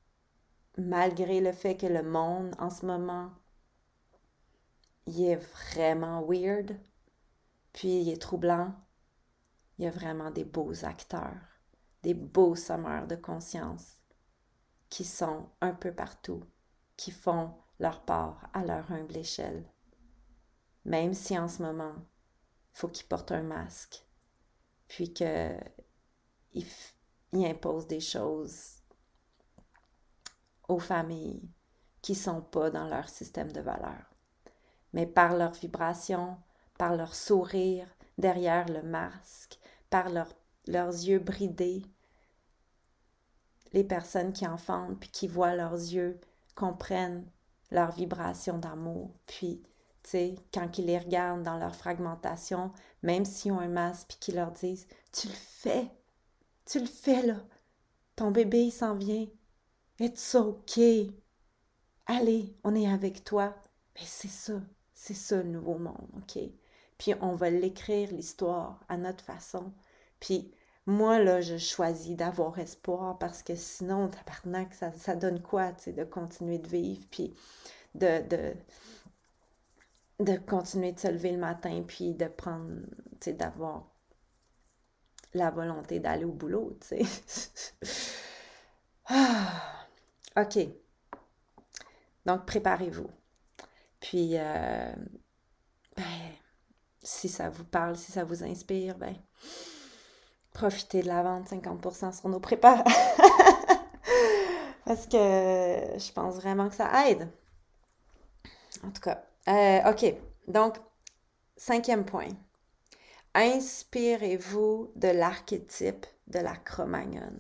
malgré le fait que le monde en ce moment, il est vraiment weird, puis il est troublant, il y a vraiment des beaux acteurs, des beaux sommeurs de conscience qui sont un peu partout, qui font leur part à leur humble échelle. Même si en ce moment, il faut qu'ils portent un masque, puis qu'ils ils imposent des choses aux familles qui ne sont pas dans leur système de valeurs. Mais par leur vibration, par leur sourire derrière le masque, par leur, leurs yeux bridés, les personnes qui enfantent puis qui voient leurs yeux comprennent leur vibration d'amour. Puis, tu sais, quand ils les regardent dans leur fragmentation, même s'ils ont un masque puis qu'ils leur disent « Tu le fais, tu le fais là, ton bébé il s'en vient, it's okay, allez, on est avec toi. » Mais c'est ça, c'est ça le nouveau monde, OK? Puis on va l'écrire, l'histoire, à notre façon. Puis moi, là, je choisis d'avoir espoir parce que sinon, tabarnak, ça, ça donne quoi, tu sais, de continuer de vivre, puis de, de, de continuer de se lever le matin, puis de prendre, tu sais, d'avoir la volonté d'aller au boulot, tu sais. Ah, OK. Donc, préparez-vous. Puis, euh, ben, si ça vous parle, si ça vous inspire, ben, profitez de la vente cinquante pour cent sur nos prépas. Parce que je pense vraiment que ça aide. En tout cas, euh, OK. Donc, cinquième point. Inspirez-vous de l'archétype de la Cro-Magnon.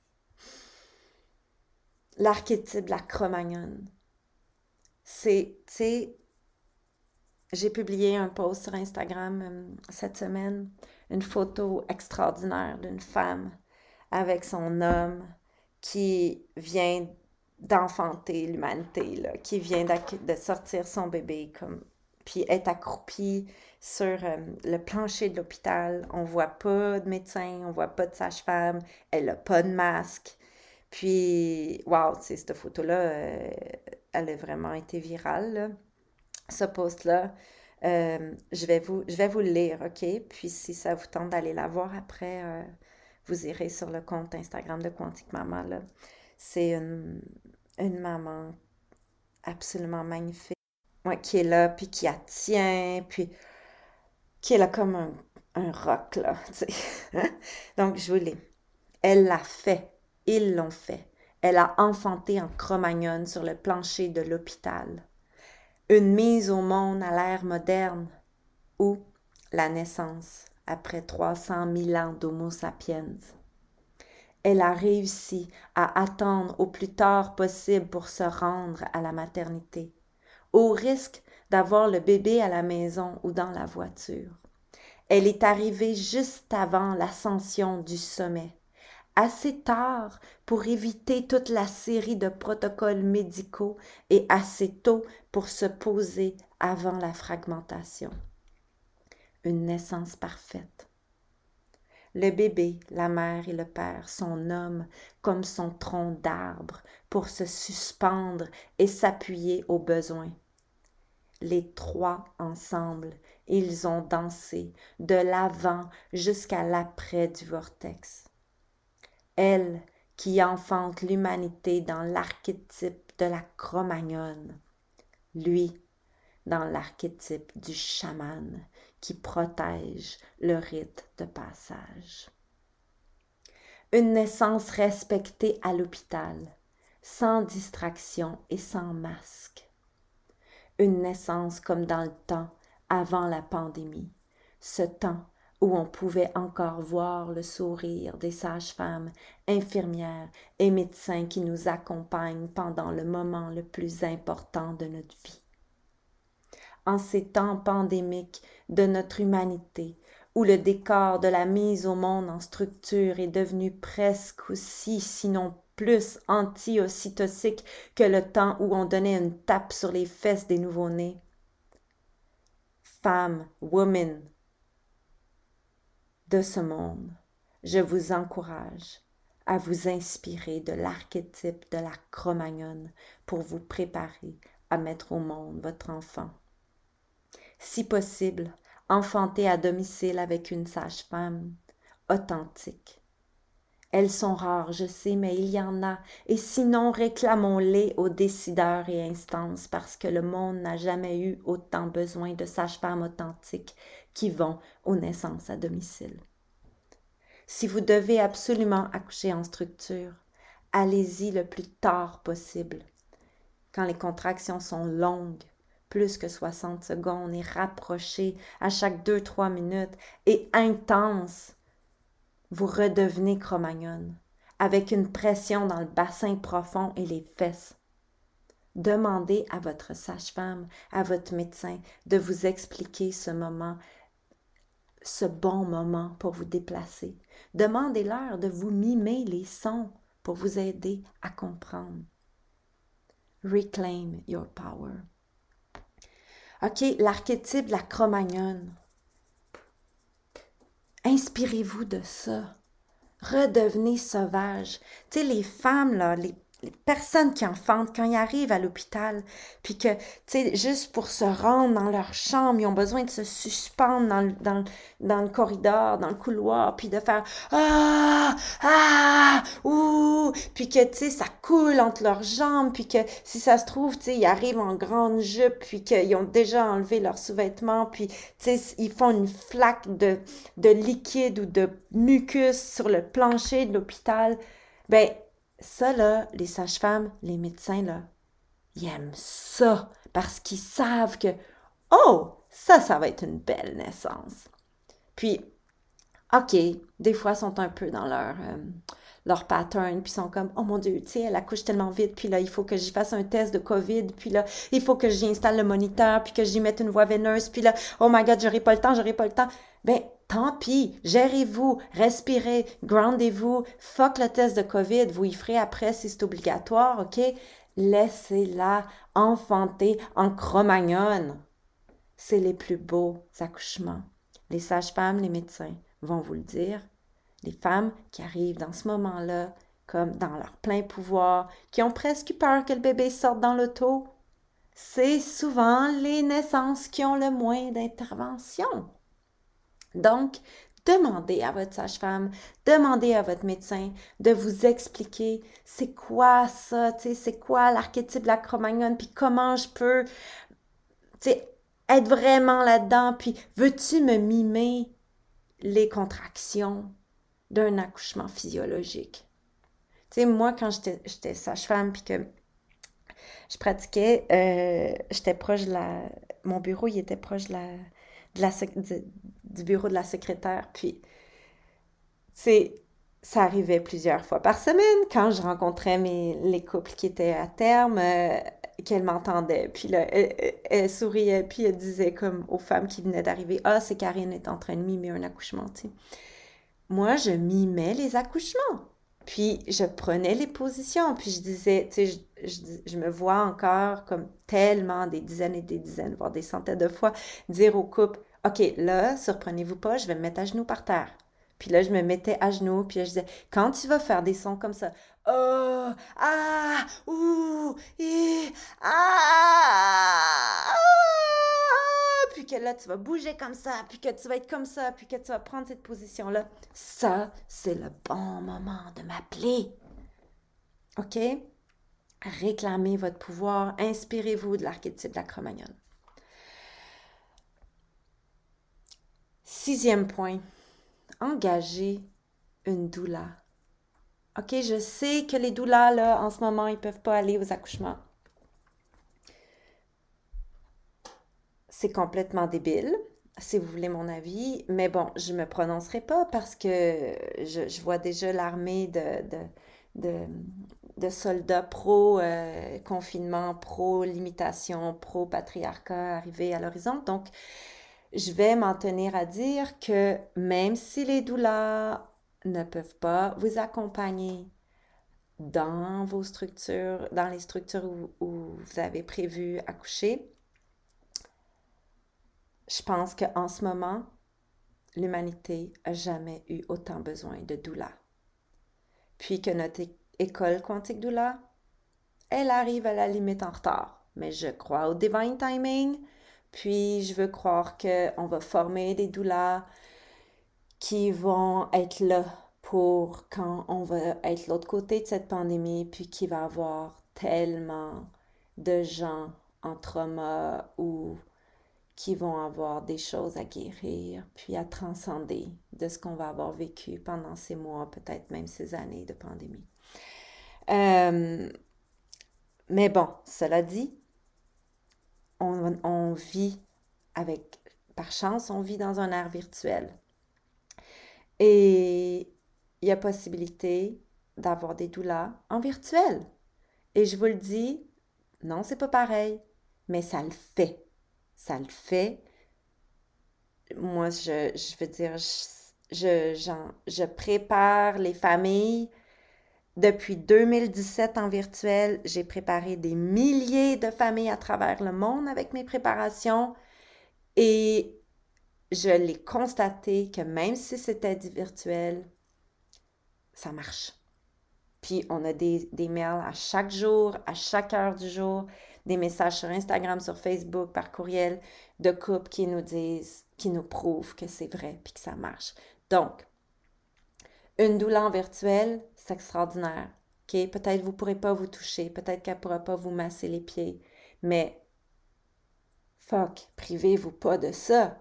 L'archétype de la Cro-Magnon. C'est, tu sais, j'ai publié un post sur Instagram euh, cette semaine, une photo extraordinaire d'une femme avec son homme qui vient d'enfanter l'humanité, là, qui vient de sortir son bébé, comme, puis est accroupie sur euh, le plancher de l'hôpital. On voit pas de médecin, on voit pas de sage-femme, elle a pas de masque. Puis, wow, tu sais, cette photo-là, euh, elle a vraiment été virale, là. Ce post-là, euh, je vais vous, je vais vous le lire, OK? Puis si ça vous tente d'aller la voir après, euh, vous irez sur le compte Instagram de Quantique Maman, là. C'est une, une maman absolument magnifique, ouais, qui est là, puis qui la tient, puis qui est là comme un, un roc, là, tu sais. Donc, je vous lis. Elle l'a fait. Ils l'ont fait. Elle a enfanté en Cro-Magnon sur le plancher de l'hôpital. Une mise au monde à l'ère moderne ou la naissance après trois cent mille ans d'Homo sapiens. Elle a réussi à attendre au plus tard possible pour se rendre à la maternité, au risque d'avoir le bébé à la maison ou dans la voiture. Elle est arrivée juste avant l'ascension du sommet, assez tard pour éviter toute la série de protocoles médicaux et assez tôt pour se poser avant la fragmentation. Une naissance parfaite. Le bébé, la mère et le père sont nommes comme son tronc d'arbre pour se suspendre et s'appuyer au besoin. Les trois ensemble, ils ont dansé de l'avant jusqu'à l'après du vortex. Elle qui enfante l'humanité dans l'archétype de la Cro-Magnone, lui dans l'archétype du chaman qui protège le rite de passage. Une naissance respectée à l'hôpital, sans distraction et sans masque. Une naissance comme dans le temps avant la pandémie, ce temps où on pouvait encore voir le sourire des sages-femmes, infirmières et médecins qui nous accompagnent pendant le moment le plus important de notre vie. En ces temps pandémiques de notre humanité, où le décor de la mise au monde en structure est devenu presque aussi, sinon plus anti-ocytocique que le temps où on donnait une tape sur les fesses des nouveau-nés. Femmes, women de ce monde, je vous encourage à vous inspirer de l'archétype de la Cro-Magnone pour vous préparer à mettre au monde votre enfant. Si possible, enfantez à domicile avec une sage-femme authentique. Elles sont rares, je sais, mais il y en a, et sinon réclamons-les aux décideurs et instances parce que le monde n'a jamais eu autant besoin de sages-femmes authentiques qui vont aux naissances à domicile. Si vous devez absolument accoucher en structure, allez-y le plus tard possible, quand les contractions sont longues, plus que soixante secondes et rapprochées à chaque deux à trois minutes et intenses. Vous redevenez Cro-Magnone, avec une pression dans le bassin profond et les fesses. Demandez à votre sage-femme, à votre médecin, de vous expliquer ce moment, ce bon moment pour vous déplacer. Demandez-leur de vous mimer les sons pour vous aider à comprendre. Reclaim your power. OK, l'archétype de la Cro-Magnone. Inspirez-vous de ça. Redevenez sauvage. Tu sais, les femmes, là, les, les personnes qui enfantent, quand ils arrivent à l'hôpital, puis que, tu sais, juste pour se rendre dans leur chambre, ils ont besoin de se suspendre dans le, dans, dans le corridor, dans le couloir, puis de faire « Ah! Ah! Ouh! » Puis que, tu sais, ça coule entre leurs jambes, puis que, si ça se trouve, tu sais, ils arrivent en grande jupe, puis qu'ils ont déjà enlevé leurs sous-vêtements, puis, tu sais, ils font une flaque de, de liquide ou de mucus sur le plancher de l'hôpital. Ben, ça, là, les sages-femmes, les médecins, là, ils aiment ça parce qu'ils savent que, oh, ça, ça va être une belle naissance. Puis, OK, des fois, ils sont un peu dans leur, euh, leur pattern, puis ils sont comme, oh mon Dieu, tu sais, elle accouche tellement vite, puis là, il faut que j'y fasse un test de COVID, puis là, il faut que j'y installe le moniteur, puis que j'y mette une voie veineuse, puis là, oh my God, j'aurai pas le temps, j'aurai pas le temps. Ben, tant pis, gérez-vous, respirez, groundez-vous, fuck le test de COVID, vous y ferez après si c'est obligatoire, OK? Laissez-la enfanter en Cro-Magnone. C'est les plus beaux accouchements. Les sages-femmes, les médecins vont vous le dire. Les femmes qui arrivent dans ce moment-là, comme dans leur plein pouvoir, qui ont presque peur que le bébé sorte dans l'auto, c'est souvent les naissances qui ont le moins d'intervention. Donc, demandez à votre sage-femme, demandez à votre médecin de vous expliquer c'est quoi ça, tu sais, c'est quoi l'archétype de la Cro-Magnone, puis comment je peux, tu sais, être vraiment là-dedans, puis veux-tu me mimer les contractions d'un accouchement physiologique? Tu sais, moi, quand j'étais, j'étais sage-femme, puis que je pratiquais, euh, j'étais proche de la... Mon bureau, il était proche de la... De la du, du bureau de la secrétaire, puis, tu sais, ça arrivait plusieurs fois par semaine quand je rencontrais mes, les couples qui étaient à terme, euh, qu'elle m'entendait. Puis là, elle, elle- elle souriait, puis elle disait comme aux femmes qui venaient d'arriver, « Ah, c'est Karine est en train de mimer un accouchement, tu sais. » Moi, je mimais les accouchements. Puis je prenais les positions, puis je disais, tu sais, je, je, je me vois encore comme tellement des dizaines et des dizaines, voire des centaines de fois, dire au couple, OK, là, surprenez-vous pas, je vais me mettre à genoux par terre. Puis là, je me mettais à genoux, puis je disais, quand tu vas faire des sons comme ça, oh, ah, ouh, hi, ah, ah, puis que là, tu vas bouger comme ça, puis que tu vas être comme ça, puis que tu vas prendre cette position-là, ça, c'est le bon moment de m'appeler. OK? Réclamez votre pouvoir, inspirez-vous de l'archétype de la Cro-Magnon. Sixième point, engagez une doula. OK, je sais que les doulas, là, en ce moment, ils ne peuvent pas aller aux accouchements. C'est complètement débile, si vous voulez mon avis, mais bon, je ne me prononcerai pas parce que je, je vois déjà l'armée de, de, de, de soldats pro-confinement, pro-limitation, pro-patriarcat arriver à l'horizon. Donc, je vais m'en tenir à dire que même si les doulas ne peuvent pas vous accompagner dans vos structures, dans les structures où, où vous avez prévu accoucher, je pense qu'en ce moment, l'humanité a jamais eu autant besoin de doula. Puis que notre école quantique doula, elle arrive à la limite en retard. Mais je crois au divine timing, puis je veux croire qu'on va former des doulas qui vont être là pour quand on va être l'autre côté de cette pandémie, puis qu'il va y avoir tellement de gens en trauma ou qui vont avoir des choses à guérir, puis à transcender de ce qu'on va avoir vécu pendant ces mois, peut-être même ces années de pandémie. Euh, mais bon, cela dit, on, on vit avec, par chance, on vit dans un air virtuel. Et il y a possibilité d'avoir des doulas en virtuel. Et je vous le dis, non, c'est pas pareil, mais ça le fait. Ça le fait. Moi, je, je veux dire, je, je, je prépare les familles. Depuis deux mille dix-sept en virtuel, j'ai préparé des milliers de familles à travers le monde avec mes préparations et je l'ai constaté que même si c'était du virtuel, ça marche. Puis on a des, des mails à chaque jour, à chaque heure du jour, des messages sur Instagram, sur Facebook, par courriel, de couples qui nous disent, qui nous prouvent que c'est vrai puis que ça marche. Donc, une doula en virtuel, c'est extraordinaire. OK? Peut-être vous ne pourrez pas vous toucher, peut-être qu'elle ne pourra pas vous masser les pieds, mais fuck, privez-vous pas de ça.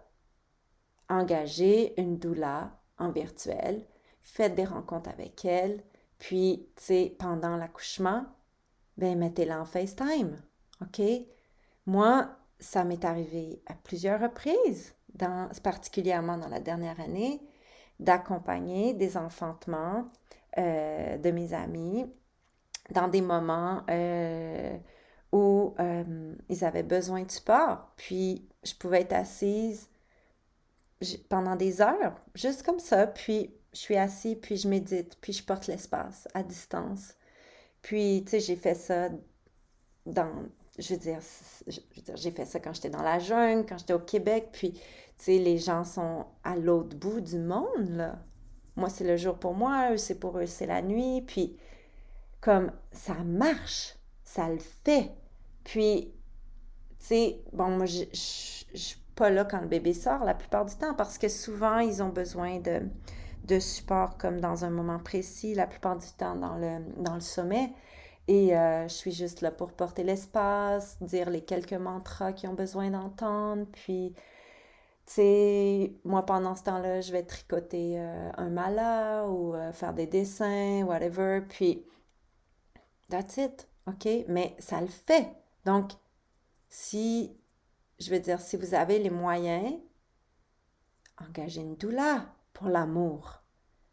Engagez une doula en virtuel, faites des rencontres avec elle, puis, tu sais, pendant l'accouchement, ben mettez-la en FaceTime, OK? Moi, ça m'est arrivé à plusieurs reprises, dans, particulièrement dans la dernière année, d'accompagner des enfantements euh, de mes amis dans des moments euh, où euh, ils avaient besoin de support. Puis, je pouvais être assise pendant des heures, juste comme ça. Puis, je suis assise, puis je médite, puis je porte l'espace à distance. Puis, tu sais, j'ai fait ça dans, je veux dire, je veux dire, j'ai fait ça quand j'étais dans la jungle, quand j'étais au Québec, puis, tu sais, les gens sont à l'autre bout du monde, là. Moi, c'est le jour pour moi, eux, c'est pour eux, c'est la nuit, puis, comme, ça marche, ça le fait. Puis, tu sais, bon, moi, je, je, je suis pas là quand le bébé sort la plupart du temps, parce que souvent, ils ont besoin de, de support, comme dans un moment précis, la plupart du temps dans le, dans le sommet. Et euh, je suis juste là pour porter l'espace, dire les quelques mantras qu'ils ont besoin d'entendre. Puis, tu sais, moi, pendant ce temps-là, je vais tricoter euh, un mala ou euh, faire des dessins, whatever. Puis, that's it, OK? Mais ça le fait. Donc, si, je veux dire, si vous avez les moyens, engagez une doula pour l'amour.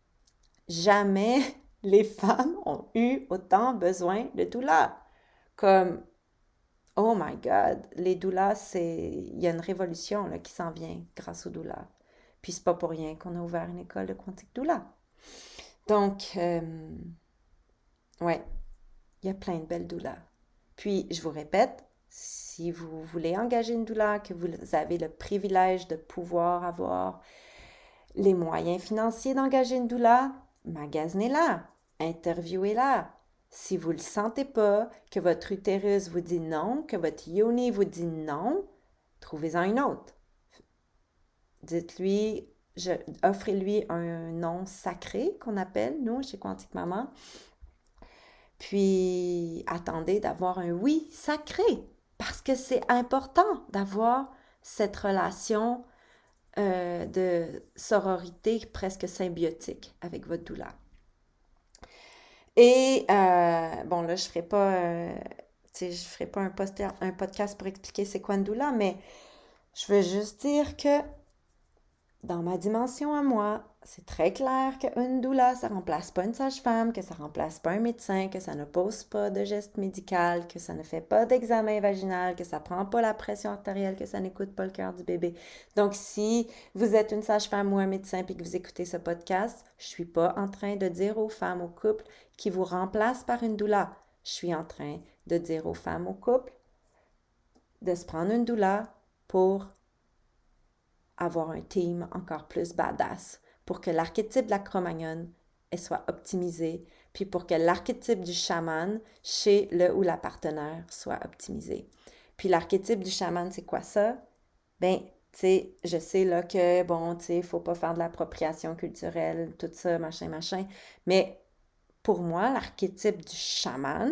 Jamais les femmes ont eu autant besoin de doula. Comme Oh my God, les doulas, c'est... Il y a une révolution là, qui s'en vient grâce aux doulas. Puis c'est pas pour rien qu'on a ouvert une école de quantique doula. Donc, euh, ouais, il y a plein de belles doulas. Puis, je vous répète, si vous voulez engager une doula, que vous avez le privilège de pouvoir avoir les moyens financiers d'engager une doula, magasinez-la, interviewez-la. Si vous ne le sentez pas, que votre utérus vous dit non, que votre yoni vous dit non, trouvez-en une autre. Dites-lui, je, offrez-lui un nom sacré qu'on appelle, nous, chez Quantique Maman. Puis, attendez d'avoir un oui sacré, parce que c'est important d'avoir cette relation euh, de sororité presque symbiotique avec votre doula. Et, euh, bon, là, je ferai pas, euh, tu sais, je ferai pas un, post un podcast pour expliquer c'est quoi une doula, mais je veux juste dire que dans ma dimension à moi, c'est très clair qu'une doula, ça remplace pas une sage-femme, que ça remplace pas un médecin, que ça ne pose pas de geste médical, que ça ne fait pas d'examen vaginal, que ça prend pas la pression artérielle, que ça n'écoute pas le cœur du bébé. Donc, si vous êtes une sage-femme ou un médecin puis que vous écoutez ce podcast, je suis pas en train de dire aux femmes, aux couples qui vous remplacent par une doula. Je suis en train de dire aux femmes, aux couples de se prendre une doula pour avoir un team encore plus badass, pour que l'archétype de la Cro-Magnon soit optimisé, puis pour que l'archétype du chaman chez le ou la partenaire soit optimisé. Puis l'archétype du chaman, c'est quoi ça? Ben, tu sais, je sais là que, bon, tu sais, il faut pas faire de l'appropriation culturelle, tout ça, machin, machin, mais pour moi, l'archétype du chaman,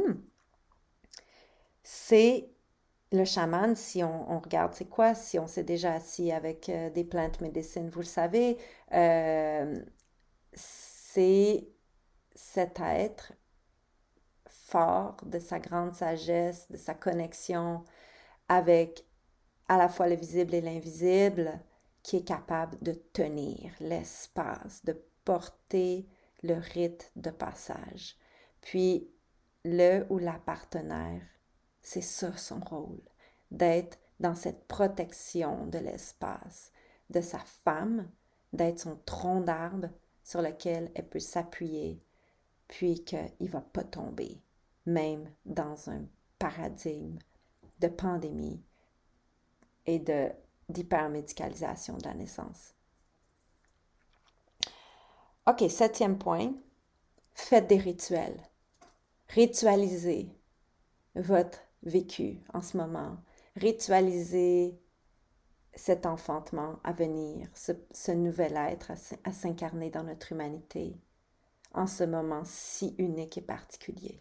c'est le chaman, si on, on regarde c'est quoi, si on s'est déjà assis avec euh, des plantes médecines, vous le savez, euh, c'est cet être fort de sa grande sagesse, de sa connexion avec à la fois le visible et l'invisible, qui est capable de tenir l'espace, de porter le rite de passage. Puis le ou la partenaire, c'est ça son rôle, d'être dans cette protection de l'espace, de sa femme, d'être son tronc d'arbre sur lequel elle peut s'appuyer, puis qu'il ne va pas tomber, même dans un paradigme de pandémie et de d'hypermédicalisation de la naissance. OK, septième point, faites des rituels. Ritualisez votre vécu en ce moment. Ritualisez cet enfantement à venir, ce, ce nouvel être à, à s'incarner dans notre humanité en ce moment si unique et particulier.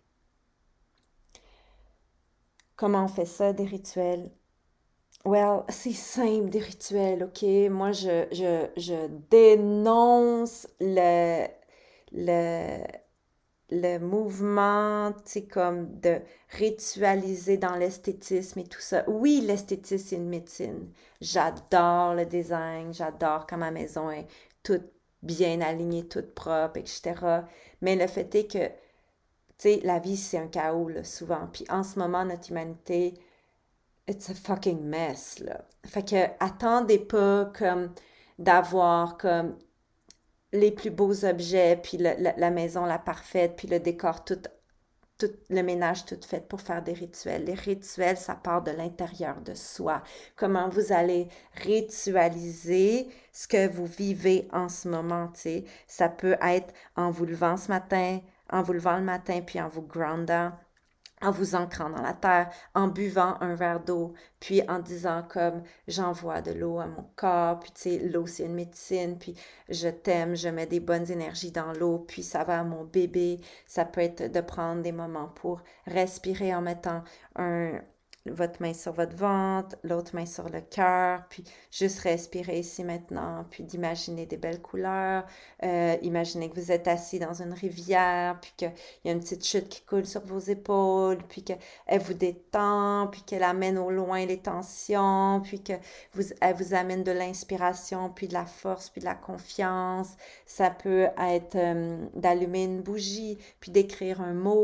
Comment on fait ça, des rituels? Well, c'est simple, des rituels, OK? Moi, je, je, je dénonce le, le, le mouvement, tu sais, comme de ritualiser dans l'esthétisme et tout ça. Oui, l'esthétisme, c'est une médecine. J'adore le design, j'adore quand ma maison est toute bien alignée, toute propre, et cetera. Mais le fait est que, tu sais, la vie, c'est un chaos, là, souvent. Puis en ce moment, notre humanité, it's a fucking mess, là. Fait que attendez pas comme d'avoir comme les plus beaux objets, puis le, la, la maison la parfaite, puis le décor tout, tout, le ménage tout fait pour faire des rituels. Les rituels, ça part de l'intérieur de soi. Comment vous allez ritualiser ce que vous vivez en ce moment, tu sais. Ça peut être en vous levant ce matin, en vous levant le matin, puis en vous groundant, en vous ancrant dans la terre, en buvant un verre d'eau, puis en disant comme j'envoie de l'eau à mon corps, puis tu sais, l'eau c'est une médecine, puis je t'aime, je mets des bonnes énergies dans l'eau, puis ça va à mon bébé. Ça peut être de prendre des moments pour respirer en mettant un, votre main sur votre ventre, l'autre main sur le cœur, puis juste respirer ici maintenant, puis d'imaginer des belles couleurs, euh, imaginez que vous êtes assis dans une rivière, puis qu'il y a une petite chute qui coule sur vos épaules, puis qu'elle vous détend, puis qu'elle amène au loin les tensions, puis qu'elle vous, elle vous amène de l'inspiration, puis de la force, puis de la confiance. Ça peut être euh, d'allumer une bougie, puis d'écrire un mot,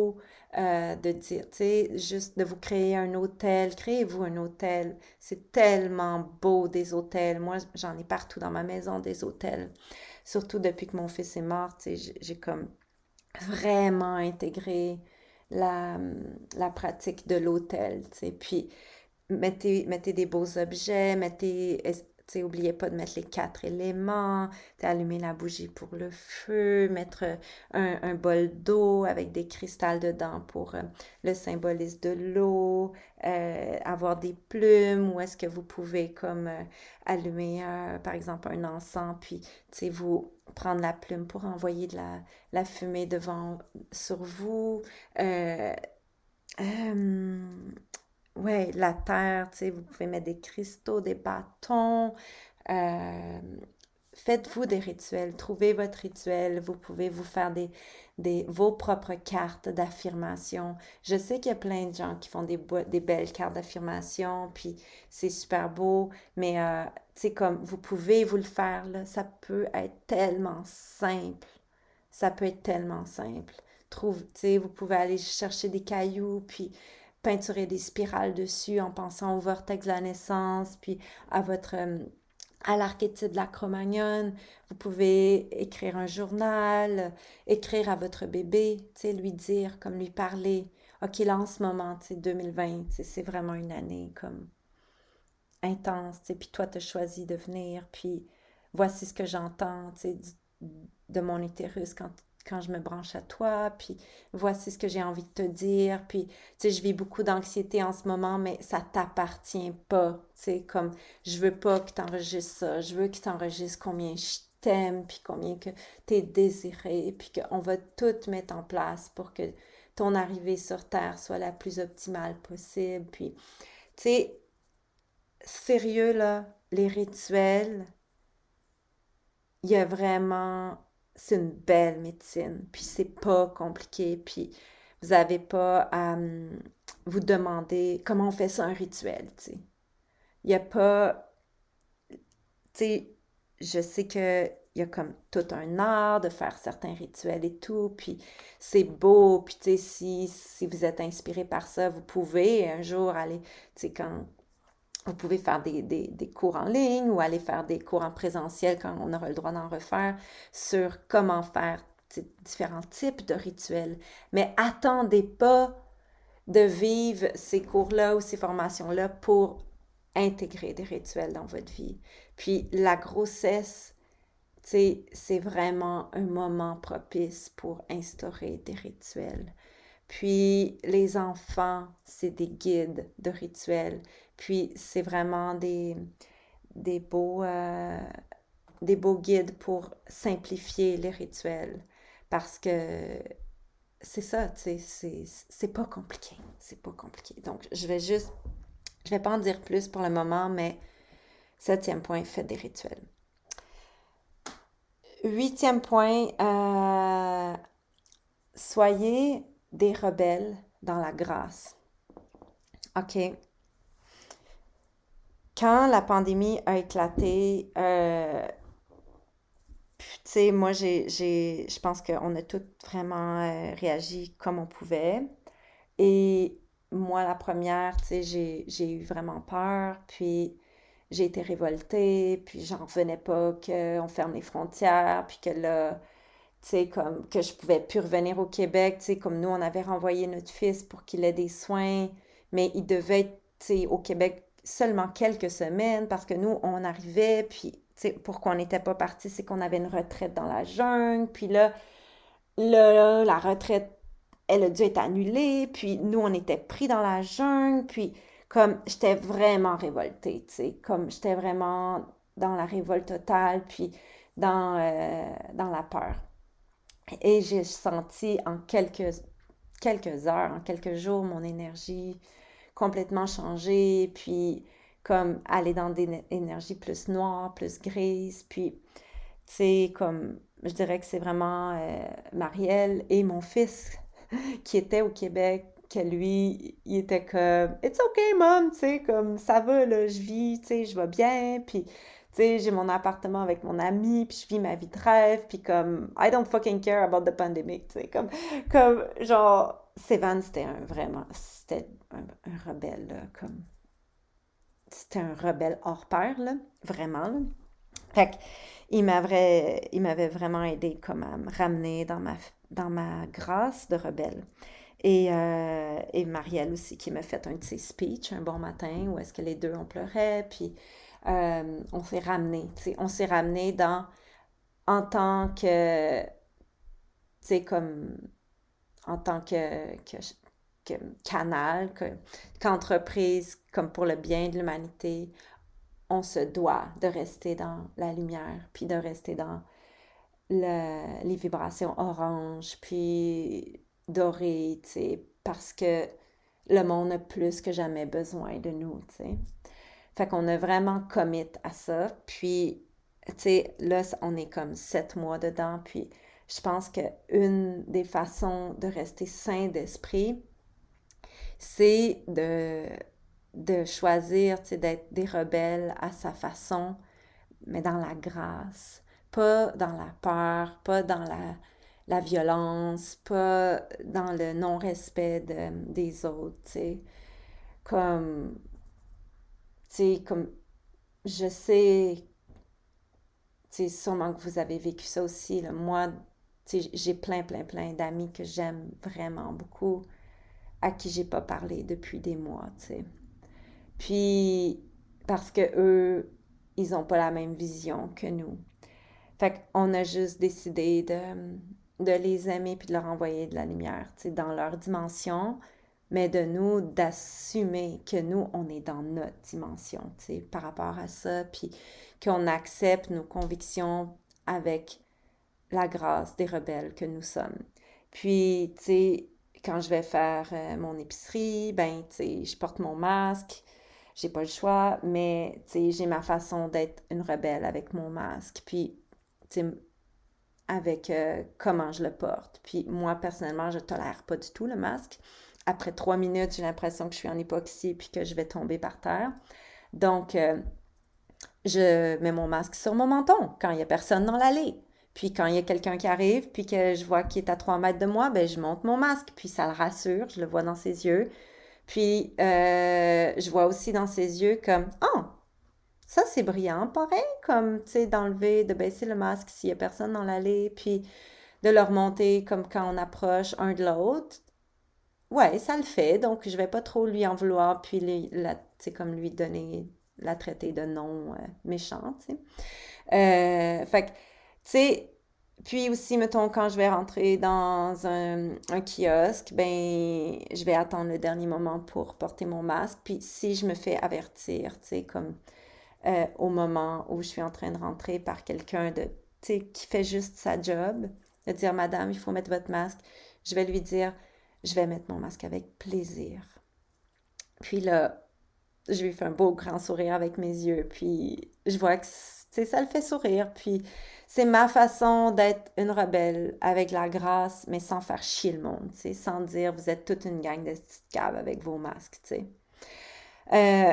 euh, de dire, tu sais, juste de vous créer un hôtel, créez-vous un hôtel. C'est tellement beau des hôtels. Moi, j'en ai partout dans ma maison des hôtels. Surtout depuis que mon fils est mort, tu sais, j'ai j'ai comme vraiment intégré la, la pratique de l'hôtel, tu sais. Puis mettez, mettez des beaux objets, mettez, tu sais, oubliez pas de mettre les quatre éléments, tu sais, allumer la bougie pour le feu, mettre un, un bol d'eau avec des cristals dedans pour euh, le symbolisme de l'eau, euh, avoir des plumes, ou est-ce que vous pouvez comme euh, allumer euh, par exemple un encens, puis tu sais, vous prendre la plume pour envoyer de la, la fumée devant sur vous. Euh, euh, Ouais, la terre, tu sais, vous pouvez mettre des cristaux, des bâtons. euh, Faites-vous des rituels, trouvez votre rituel. Vous pouvez vous faire des, des, vos propres cartes d'affirmation. Je sais qu'il y a plein de gens qui font des, des belles cartes d'affirmation, puis c'est super beau, mais euh, tu sais, comme vous pouvez vous le faire, là, ça peut être tellement simple. Ça peut être tellement simple. Trouve, tu sais, vous pouvez aller chercher des cailloux, puis peinturer des spirales dessus en pensant au vortex de la naissance, puis à votre euh, à l'archétype de la Cro-Magnon. Vous pouvez écrire un journal, écrire à votre bébé, tu sais, lui dire, comme lui parler. OK, là, en ce moment, tu sais, deux mille vingt, c'est vraiment une année comme intense, tu sais, puis toi, tu as choisi de venir, puis voici ce que j'entends, tu sais, de mon utérus quand, quand je me branche à toi, puis voici ce que j'ai envie de te dire, puis, tu sais, je vis beaucoup d'anxiété en ce moment, mais ça t'appartient pas, tu sais, comme, je veux pas que tu enregistres ça, je veux que tu enregistres combien je t'aime, puis combien que t'es désiré, puis qu'on va tout mettre en place pour que ton arrivée sur Terre soit la plus optimale possible, puis, tu sais, sérieux, là, les rituels, il y a vraiment, c'est une belle médecine, puis c'est pas compliqué, puis vous n'avez pas à hum, vous demander comment on fait ça un rituel, tu sais. Il n'y a pas, tu sais, je sais que il y a comme tout un art de faire certains rituels et tout, puis c'est beau, puis tu sais, si, si vous êtes inspiré par ça, vous pouvez un jour aller, tu sais, quand vous pouvez faire des, des, des cours en ligne ou aller faire des cours en présentiel quand on aura le droit d'en refaire sur comment faire différents types de rituels. Mais attendez pas de vivre ces cours-là ou ces formations-là pour intégrer des rituels dans votre vie. Puis la grossesse, c'est vraiment un moment propice pour instaurer des rituels. Puis les enfants, c'est des guides de rituels. Puis c'est vraiment des, des beaux, euh, des beaux guides pour simplifier les rituels. Parce que c'est ça, tu sais, c'est, c'est pas compliqué. C'est pas compliqué. Donc, je vais juste, je vais pas en dire plus pour le moment, mais septième point, faites des rituels. Huitième point, euh, soyez des rebelles dans la grâce. OK. Quand la pandémie a éclaté, euh, tu sais, moi, j'ai, j'ai, je pense qu'on a tous vraiment euh, réagi comme on pouvait. Et moi, la première, tu sais, j'ai, j'ai eu vraiment peur, puis j'ai été révoltée, puis j'en revenais pas qu'on ferme les frontières, puis que là, tu sais, comme que je pouvais plus revenir au Québec, tu sais, comme nous, on avait renvoyé notre fils pour qu'il ait des soins, mais il devait être, tu sais, au Québec seulement quelques semaines parce que nous, on arrivait, puis, tu sais, pourquoi on n'était pas parti, c'est qu'on avait une retraite dans la jungle, puis là, là, la retraite, elle a dû être annulée, puis nous, on était pris dans la jungle, puis comme, j'étais vraiment révoltée, tu sais, comme, j'étais vraiment dans la révolte totale, puis dans, euh, dans la peur. Et j'ai senti en quelques, quelques heures, en quelques jours, mon énergie complètement changer, puis comme aller dans des énergies plus noires, plus grises, puis tu sais, comme je dirais que c'est vraiment euh, Marielle et mon fils qui étaient au Québec, que lui, il était comme It's okay, mom, tu sais, comme ça va, là, je vis, tu sais, je vais bien, puis tu sais, j'ai mon appartement avec mon ami, puis je vis ma vie de rêve, puis comme I don't fucking care about the pandemic, tu sais, comme, comme genre, Sévan, c'était un vraiment, c'était un, un rebelle, là, comme, c'était un rebelle hors pair, là, vraiment, là. Fait qu'il m'avait, il m'avait vraiment aidé comme à me ramener dans ma, dans ma grâce de rebelle. Et, euh, et Marielle aussi qui m'a fait un de ses speeches un bon matin où est-ce que les deux on pleurait, puis euh, on s'est ramené, tu sais, on s'est ramené dans en tant que, tu sais, comme en tant que, que, que canal, que, qu'entreprise, comme pour le bien de l'humanité, on se doit de rester dans la lumière, puis de rester dans le- les vibrations orange, puis dorées, tu sais, parce que le monde a plus que jamais besoin de nous, tu sais. Fait qu'on a vraiment commit à ça, puis, tu sais, là, on est comme sept mois dedans, puis je pense que une des façons de rester sain d'esprit, c'est de, de choisir, tu sais, d'être des rebelles à sa façon, mais dans la grâce, pas dans la peur, pas dans la, la violence, pas dans le non-respect de- des autres, tu sais. Comme, tu sais, comme, je sais, tu sais, sûrement que vous avez vécu ça aussi, là. Moi, tu sais, j'ai plein, plein, plein d'amis que j'aime vraiment beaucoup, à qui j'ai pas parlé depuis des mois, tu sais. Puis, parce que eux, ils ont pas la même vision que nous. Fait qu'on a juste décidé de, de les aimer puis de leur envoyer de la lumière, tu sais, dans leur dimension, mais de nous, d'assumer que nous, on est dans notre dimension, tu sais, par rapport à ça, puis qu'on accepte nos convictions avec la grâce des rebelles que nous sommes. Puis, tu sais, quand je vais faire euh, mon épicerie, ben, tu sais, je porte mon masque, j'ai pas le choix, mais, tu sais, j'ai ma façon d'être une rebelle avec mon masque. Puis, tu sais, avec euh, comment je le porte. Puis moi, personnellement, je tolère pas du tout le masque. Après trois minutes, j'ai l'impression que je suis en hypoxie puis que je vais tomber par terre. Donc, euh, je mets mon masque sur mon menton quand il n'y a personne dans l'allée. Puis quand il y a quelqu'un qui arrive, puis que je vois qu'il est à trois mètres de moi, ben je monte mon masque, puis ça le rassure, je le vois dans ses yeux. Puis euh, je vois aussi dans ses yeux comme «Oh, ça c'est brillant, pareil, comme, tu sais, d'enlever, de baisser le masque s'il y a personne dans l'allée, puis de le remonter comme quand on approche un de l'autre. Ouais, ça le fait, donc je vais pas trop lui en vouloir, puis lui, la, tu sais, comme lui donner, la traiter de nom euh, méchant, tu sais. Euh, fait que, tu sais, puis aussi, mettons, quand je vais rentrer dans un, un kiosque, ben, je vais attendre le dernier moment pour porter mon masque, puis si je me fais avertir, tu sais, comme euh, au moment où je suis en train de rentrer par quelqu'un de, tu sais, qui fait juste sa job, de dire, Madame, il faut mettre votre masque. Je vais lui dire, je vais mettre mon masque avec plaisir. Puis là, je lui fais un beau grand sourire avec mes yeux, puis je vois que, tu sais, ça le fait sourire. Puis c'est ma façon d'être une rebelle avec la grâce, mais sans faire chier le monde, tu sais, sans dire, vous êtes toute une gang de petites caves avec vos masques, tu sais. Euh...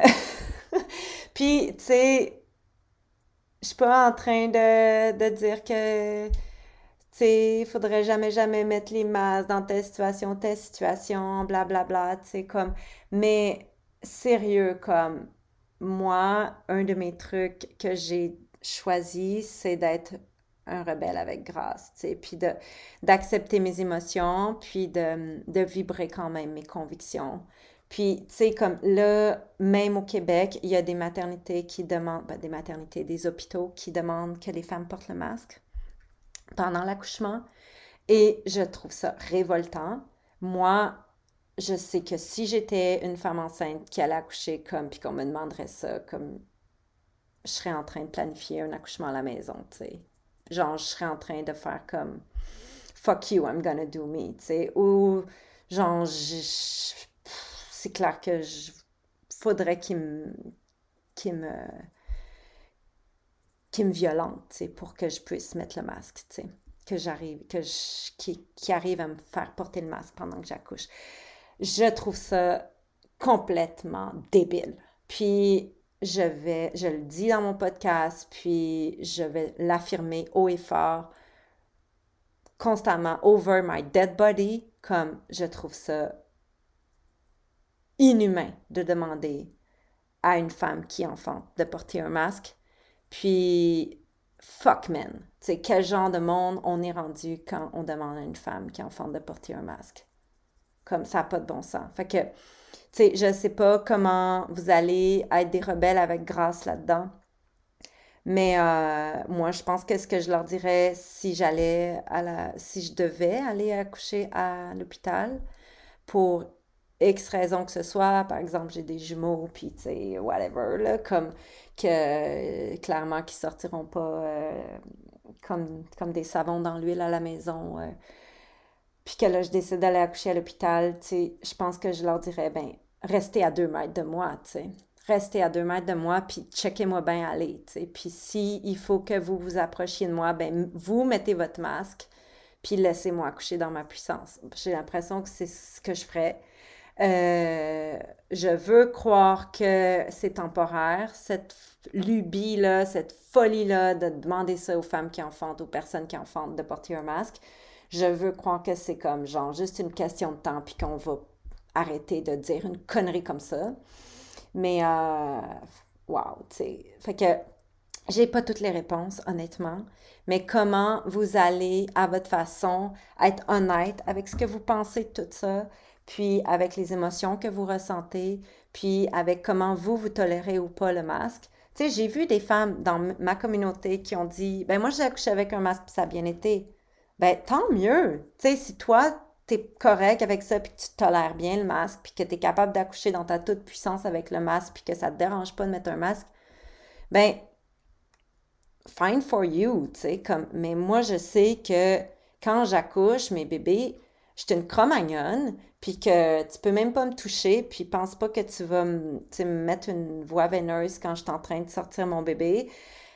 Puis, tu sais, je suis pas en train de, de dire que, tu sais, il faudrait jamais, jamais mettre les masques dans telle situation, telle situation, blablabla, bla, bla, tu sais, comme, mais sérieux, comme, moi, un de mes trucs que j'ai choisi, c'est d'être un rebelle avec grâce, tu sais, puis de, d'accepter mes émotions, puis de, de vibrer quand même mes convictions. Puis, tu sais, comme là, même au Québec, il y a des maternités qui demandent, ben, des maternités, des hôpitaux qui demandent que les femmes portent le masque pendant l'accouchement. Et je trouve ça révoltant. Moi, je sais que si j'étais une femme enceinte qui allait accoucher comme, puis qu'on me demanderait ça, comme, je serais en train de planifier un accouchement à la maison, tu sais. Genre, je serais en train de faire comme, fuck you, I'm gonna do me, tu sais. Ou, genre, je- je- c'est clair que je faudrait qu'il me, qu'il me, qu'il me violente, tu sais, pour que je puisse mettre le masque, tu sais. Que j'arrive, que je, qui, qui arrive à me faire porter le masque pendant que j'accouche. Je trouve ça complètement débile. Puis je vais, je le dis dans mon podcast, puis je vais l'affirmer haut et fort, constamment, over my dead body, Comme je trouve ça inhumain de demander à une femme qui enfante de porter un masque. Puis, fuck man. Tu sais, quel genre de monde on est rendu quand on demande à une femme qui enfante de porter un masque. Comme ça n'a pas de bon sens. Fait que, tu sais, je sais pas comment vous allez être des rebelles avec grâce là-dedans. Mais euh, moi, je pense que ce que je leur dirais si j'allais à la, si je devais aller accoucher à l'hôpital pour X raison que ce soit, par exemple, j'ai des jumeaux, puis tu sais, whatever, là, comme que euh, clairement qui sortiront pas euh, comme, comme des savons dans l'huile à la maison, euh, puis que là, je décide d'aller accoucher à l'hôpital, tu sais, je pense que je leur dirais, ben, restez à deux mètres de moi, tu sais. Restez à deux mètres de moi, puis checkez-moi bien aller, tu sais. Puis si il faut que vous vous approchiez de moi, ben, vous mettez votre masque, puis laissez-moi accoucher dans ma puissance. J'ai l'impression que c'est ce que je ferais. Euh, je veux croire que c'est temporaire, cette lubie-là, cette folie-là de demander ça aux femmes qui enfantent, aux personnes qui enfantent de porter un masque. Je veux croire que c'est comme genre juste une question de temps puis qu'on va arrêter de dire une connerie comme ça. Mais, euh, wow, tu sais. Fait que j'ai pas toutes les réponses, honnêtement. Mais comment vous allez, à votre façon, être honnête avec ce que vous pensez de tout ça, puis avec les émotions que vous ressentez, puis avec comment vous, vous tolérez ou pas le masque. Tu sais, j'ai vu des femmes dans ma communauté qui ont dit, ben moi j'ai accouché avec un masque, puis ça a bien été. Ben tant mieux. Tu sais, si toi, t'es correct avec ça, puis que tu tolères bien le masque, puis que t'es capable d'accoucher dans ta toute puissance avec le masque, puis que ça te dérange pas de mettre un masque, ben fine for you, tu sais, comme, mais moi, je sais que quand j'accouche mes bébés, je suis une Cro-Magnonne, puis que tu peux même pas me toucher, puis pense pas que tu vas me, tu sais, me mettre une voie veineuse quand je suis en train de sortir mon bébé,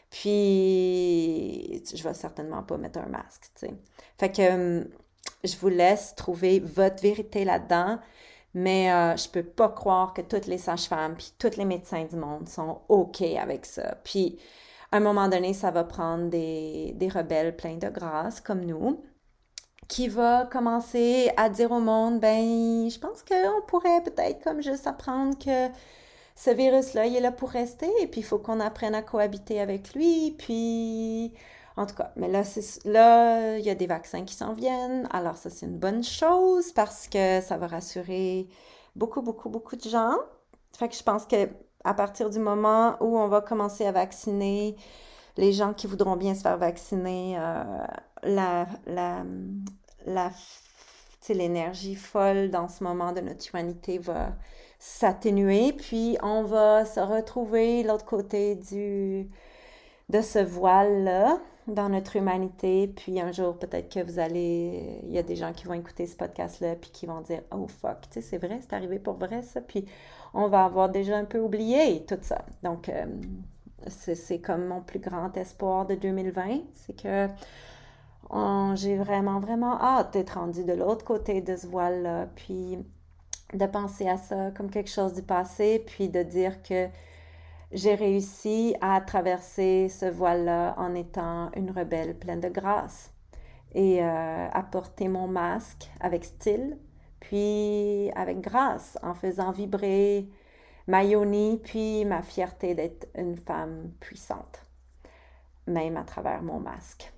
puis je vais certainement pas mettre un masque, tu sais. Fait que hum, je vous laisse trouver votre vérité là-dedans, mais euh, je peux pas croire que toutes les sages-femmes puis tous les médecins du monde sont OK avec ça. Puis à un moment donné, ça va prendre des, des rebelles pleins de grâce comme nous, qui va commencer à dire au monde, ben, je pense qu'on pourrait peut-être comme juste apprendre que ce virus-là, il est là pour rester, et puis il faut qu'on apprenne à cohabiter avec lui, puis... En tout cas, mais là, c'est, là, il y a des vaccins qui s'en viennent, alors ça, c'est une bonne chose parce que ça va rassurer beaucoup, beaucoup, beaucoup de gens. Fait que je pense que à partir du moment où on va commencer à vacciner les gens qui voudront bien se faire vacciner, euh, la, la, la, tu sais, l'énergie folle dans ce moment de notre humanité va s'atténuer, puis on va se retrouver de l'autre côté du, de ce voile-là dans notre humanité, puis un jour peut-être que vous allez, il y a des gens qui vont écouter ce podcast-là, puis qui vont dire, oh fuck, tu sais, c'est vrai, c'est arrivé pour vrai ça, puis on va avoir déjà un peu oublié tout ça. Donc, euh, c'est, c'est comme mon plus grand espoir de deux mille vingt, c'est que on- j'ai vraiment, vraiment hâte d'être rendue de l'autre côté de ce voile-là, puis de penser à ça comme quelque chose du passé, puis de dire que j'ai réussi à traverser ce voile-là en étant une rebelle pleine de grâce et euh, à porter mon masque avec style, puis avec grâce, en faisant vibrer ma yoni, puis ma fierté d'être une femme puissante, même à travers mon masque.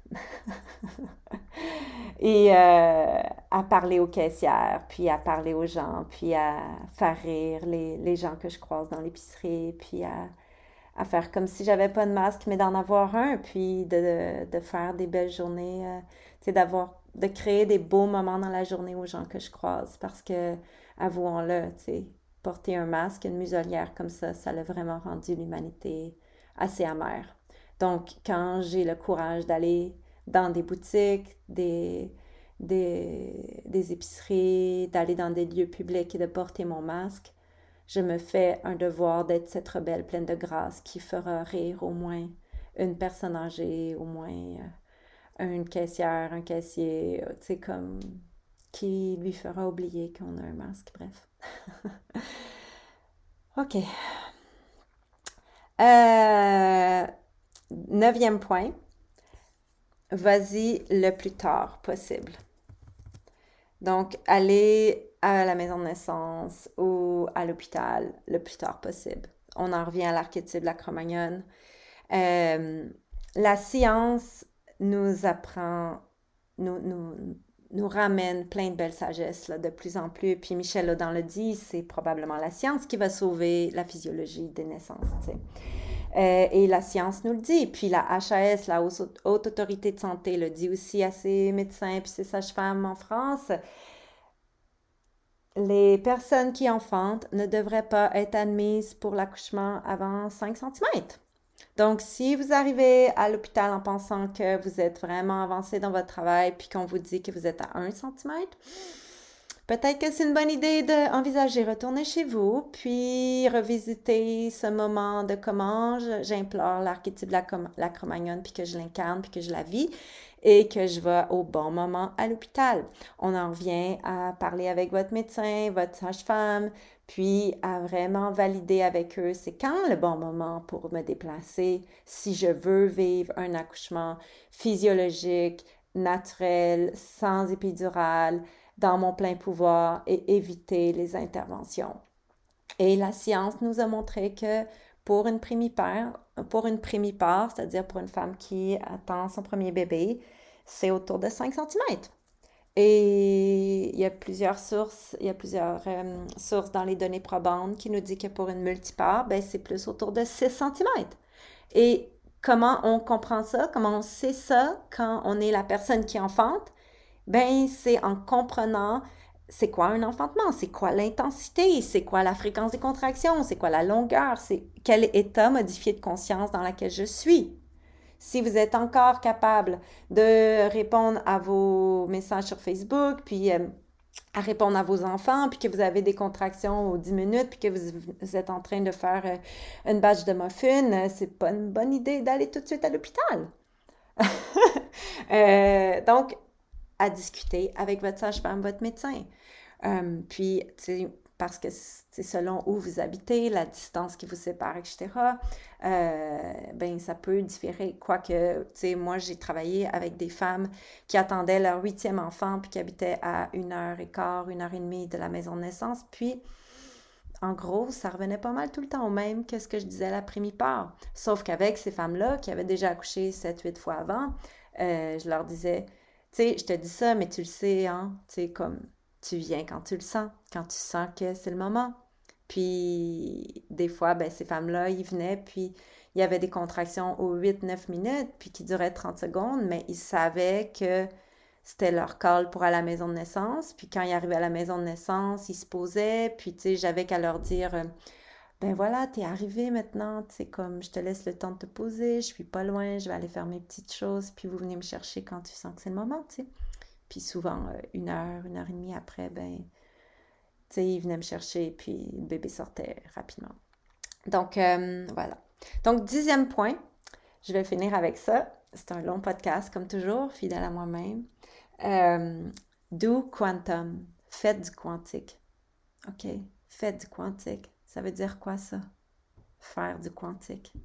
Et euh, à parler aux caissières, puis à parler aux gens, puis à faire rire les, les gens que je croise dans l'épicerie, puis à, à faire comme si j'avais pas de masque, mais d'en avoir un, puis de, de faire des belles journées, euh, tu sais, d'avoir, de créer des beaux moments dans la journée aux gens que je croise, parce que, avouons-le, tu sais, porter un masque, une muselière comme ça, ça l'a vraiment rendu l'humanité assez amère. Donc, quand j'ai le courage d'aller dans des boutiques, des, des, des épiceries, d'aller dans des lieux publics et de porter mon masque, je me fais un devoir d'être cette rebelle pleine de grâce qui fera rire au moins une personne âgée, au moins euh, une caissière, un caissier, euh, tu sais, comme qui lui fera oublier qu'on a un masque, bref. OK. Euh, neuvième point, vas-y le plus tard possible. Donc, allez à la maison de naissance ou à l'hôpital le plus tard possible. On en revient à l'archétype de la Cro-Magnon. Euh, la science nous apprend, nous, nous, nous ramène plein de belles sagesses là, de plus en plus. Puis Michel Audin le dit, c'est probablement la science qui va sauver la physiologie des naissances. Tu sais. Euh, et la science nous le dit. Puis la H A S, la Haute Autorité de Santé, le dit aussi à ses médecins et ses sages-femmes en France. Les personnes qui enfantent ne devraient pas être admises pour l'accouchement avant cinq centimètres. Donc, si vous arrivez à l'hôpital en pensant que vous êtes vraiment avancé dans votre travail puis qu'on vous dit que vous êtes à un centimètre, peut-être que c'est une bonne idée d'envisager retourner chez vous puis revisiter ce moment de comment j'implore l'archétype de la, la Cro-Magnon puis que je l'incarne puis que je la vis et que je vais au bon moment à l'hôpital. On en revient à parler avec votre médecin, votre sage-femme, puis à vraiment valider avec eux c'est quand le bon moment pour me déplacer si je veux vivre un accouchement physiologique, naturel, sans épidural, dans mon plein pouvoir et éviter les interventions. Et la science nous a montré que pour une primipare, pour une primipare, c'est-à-dire pour une femme qui attend son premier bébé, c'est autour de cinq centimètres. Et il y a plusieurs sources, il y a plusieurs euh, sources dans les données probantes qui nous disent que pour une multipare, ben, c'est plus autour de six centimètres. Et comment on comprend ça? Comment on sait ça quand on est la personne qui enfante? Ben, c'est en comprenant c'est quoi un enfantement, c'est quoi l'intensité, c'est quoi la fréquence des contractions, c'est quoi la longueur, c'est quel état modifié de conscience dans lequel je suis. Si vous êtes encore capable de répondre à vos messages sur Facebook, puis euh, à répondre à vos enfants, puis que vous avez des contractions aux dix minutes, puis que vous, vous êtes en train de faire euh, une batch de muffins, euh, c'est pas une bonne idée d'aller tout de suite à l'hôpital. euh, donc, à discuter avec votre sage-femme, votre médecin. Euh, puis, tu sais, parce que c'est selon où vous habitez, la distance qui vous sépare, et cetera, euh, ben ça peut différer. Quoique, tu sais, moi, j'ai travaillé avec des femmes qui attendaient leur huitième enfant puis qui habitaient à une heure et quart, une heure et demie de la maison de naissance. Puis, en gros, ça revenait pas mal tout le temps au même que ce que je disais à la primipare. Sauf qu'avec ces femmes-là, qui avaient déjà accouché sept huit fois avant, euh, je leur disais, tu sais, je te dis ça, mais tu le sais, hein, tu sais, comme tu viens quand tu le sens, quand tu sens que c'est le moment. Puis, des fois, ben, ces femmes-là, ils venaient, puis il y avait des contractions aux huit neuf minutes, puis qui duraient trente secondes, mais ils savaient que c'était leur call pour aller à la maison de naissance. Puis quand ils arrivaient à la maison de naissance, ils se posaient. Puis, tu sais, j'avais qu'à leur dire, euh, ben voilà, t'es arrivé maintenant. Tu sais, comme je te laisse le temps de te poser. Je suis pas loin. Je vais aller faire mes petites choses. Puis vous venez me chercher quand tu sens que c'est le moment, tu sais. Puis souvent, euh, une heure, une heure et demie après, ben, tu sais, ils venaient me chercher. Puis le bébé sortait rapidement. Donc, euh, voilà. Donc, dixième point. Je vais finir avec ça. C'est un long podcast, comme toujours, fidèle à moi-même. Euh, do quantum. Faites du quantique. OK? Faites du quantique. Ça veut dire quoi, ça? Faire du quantique.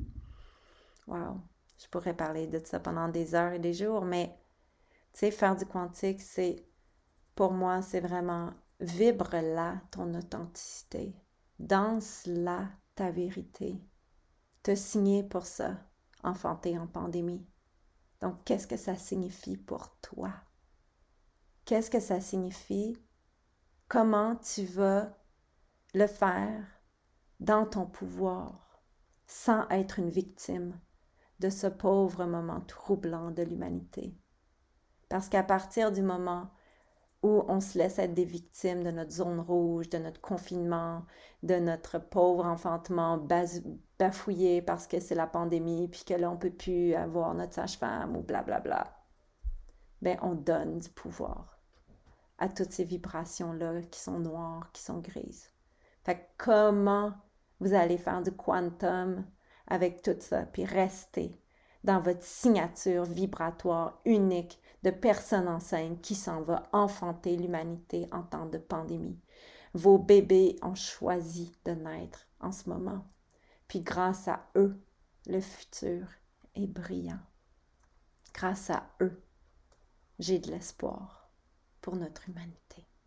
Wow! Je pourrais parler de ça pendant des heures et des jours, mais, tu sais, faire du quantique, c'est, pour moi, c'est vraiment vibre là ton authenticité. Danse là ta vérité. Te signer pour ça, enfanter en pandémie. Donc, qu'est-ce que ça signifie pour toi? Qu'est-ce que ça signifie? Comment tu vas le faire dans ton pouvoir sans être une victime de ce pauvre moment troublant de l'humanité? Parce qu'à partir du moment où on se laisse être des victimes de notre zone rouge, de notre confinement, de notre pauvre enfantement bafouillé parce que c'est la pandémie, puis que là, on ne peut plus avoir notre sage-femme ou blablabla, ben on donne du pouvoir à toutes ces vibrations-là qui sont noires, qui sont grises. Fait que comment vous allez faire du quantum avec tout ça, puis rester dans votre signature vibratoire unique de personne enceinte qui s'en va enfanter l'humanité en temps de pandémie. Vos bébés ont choisi de naître en ce moment. Puis grâce à eux, le futur est brillant. Grâce à eux, j'ai de l'espoir pour notre humanité.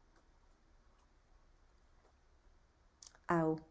Ao.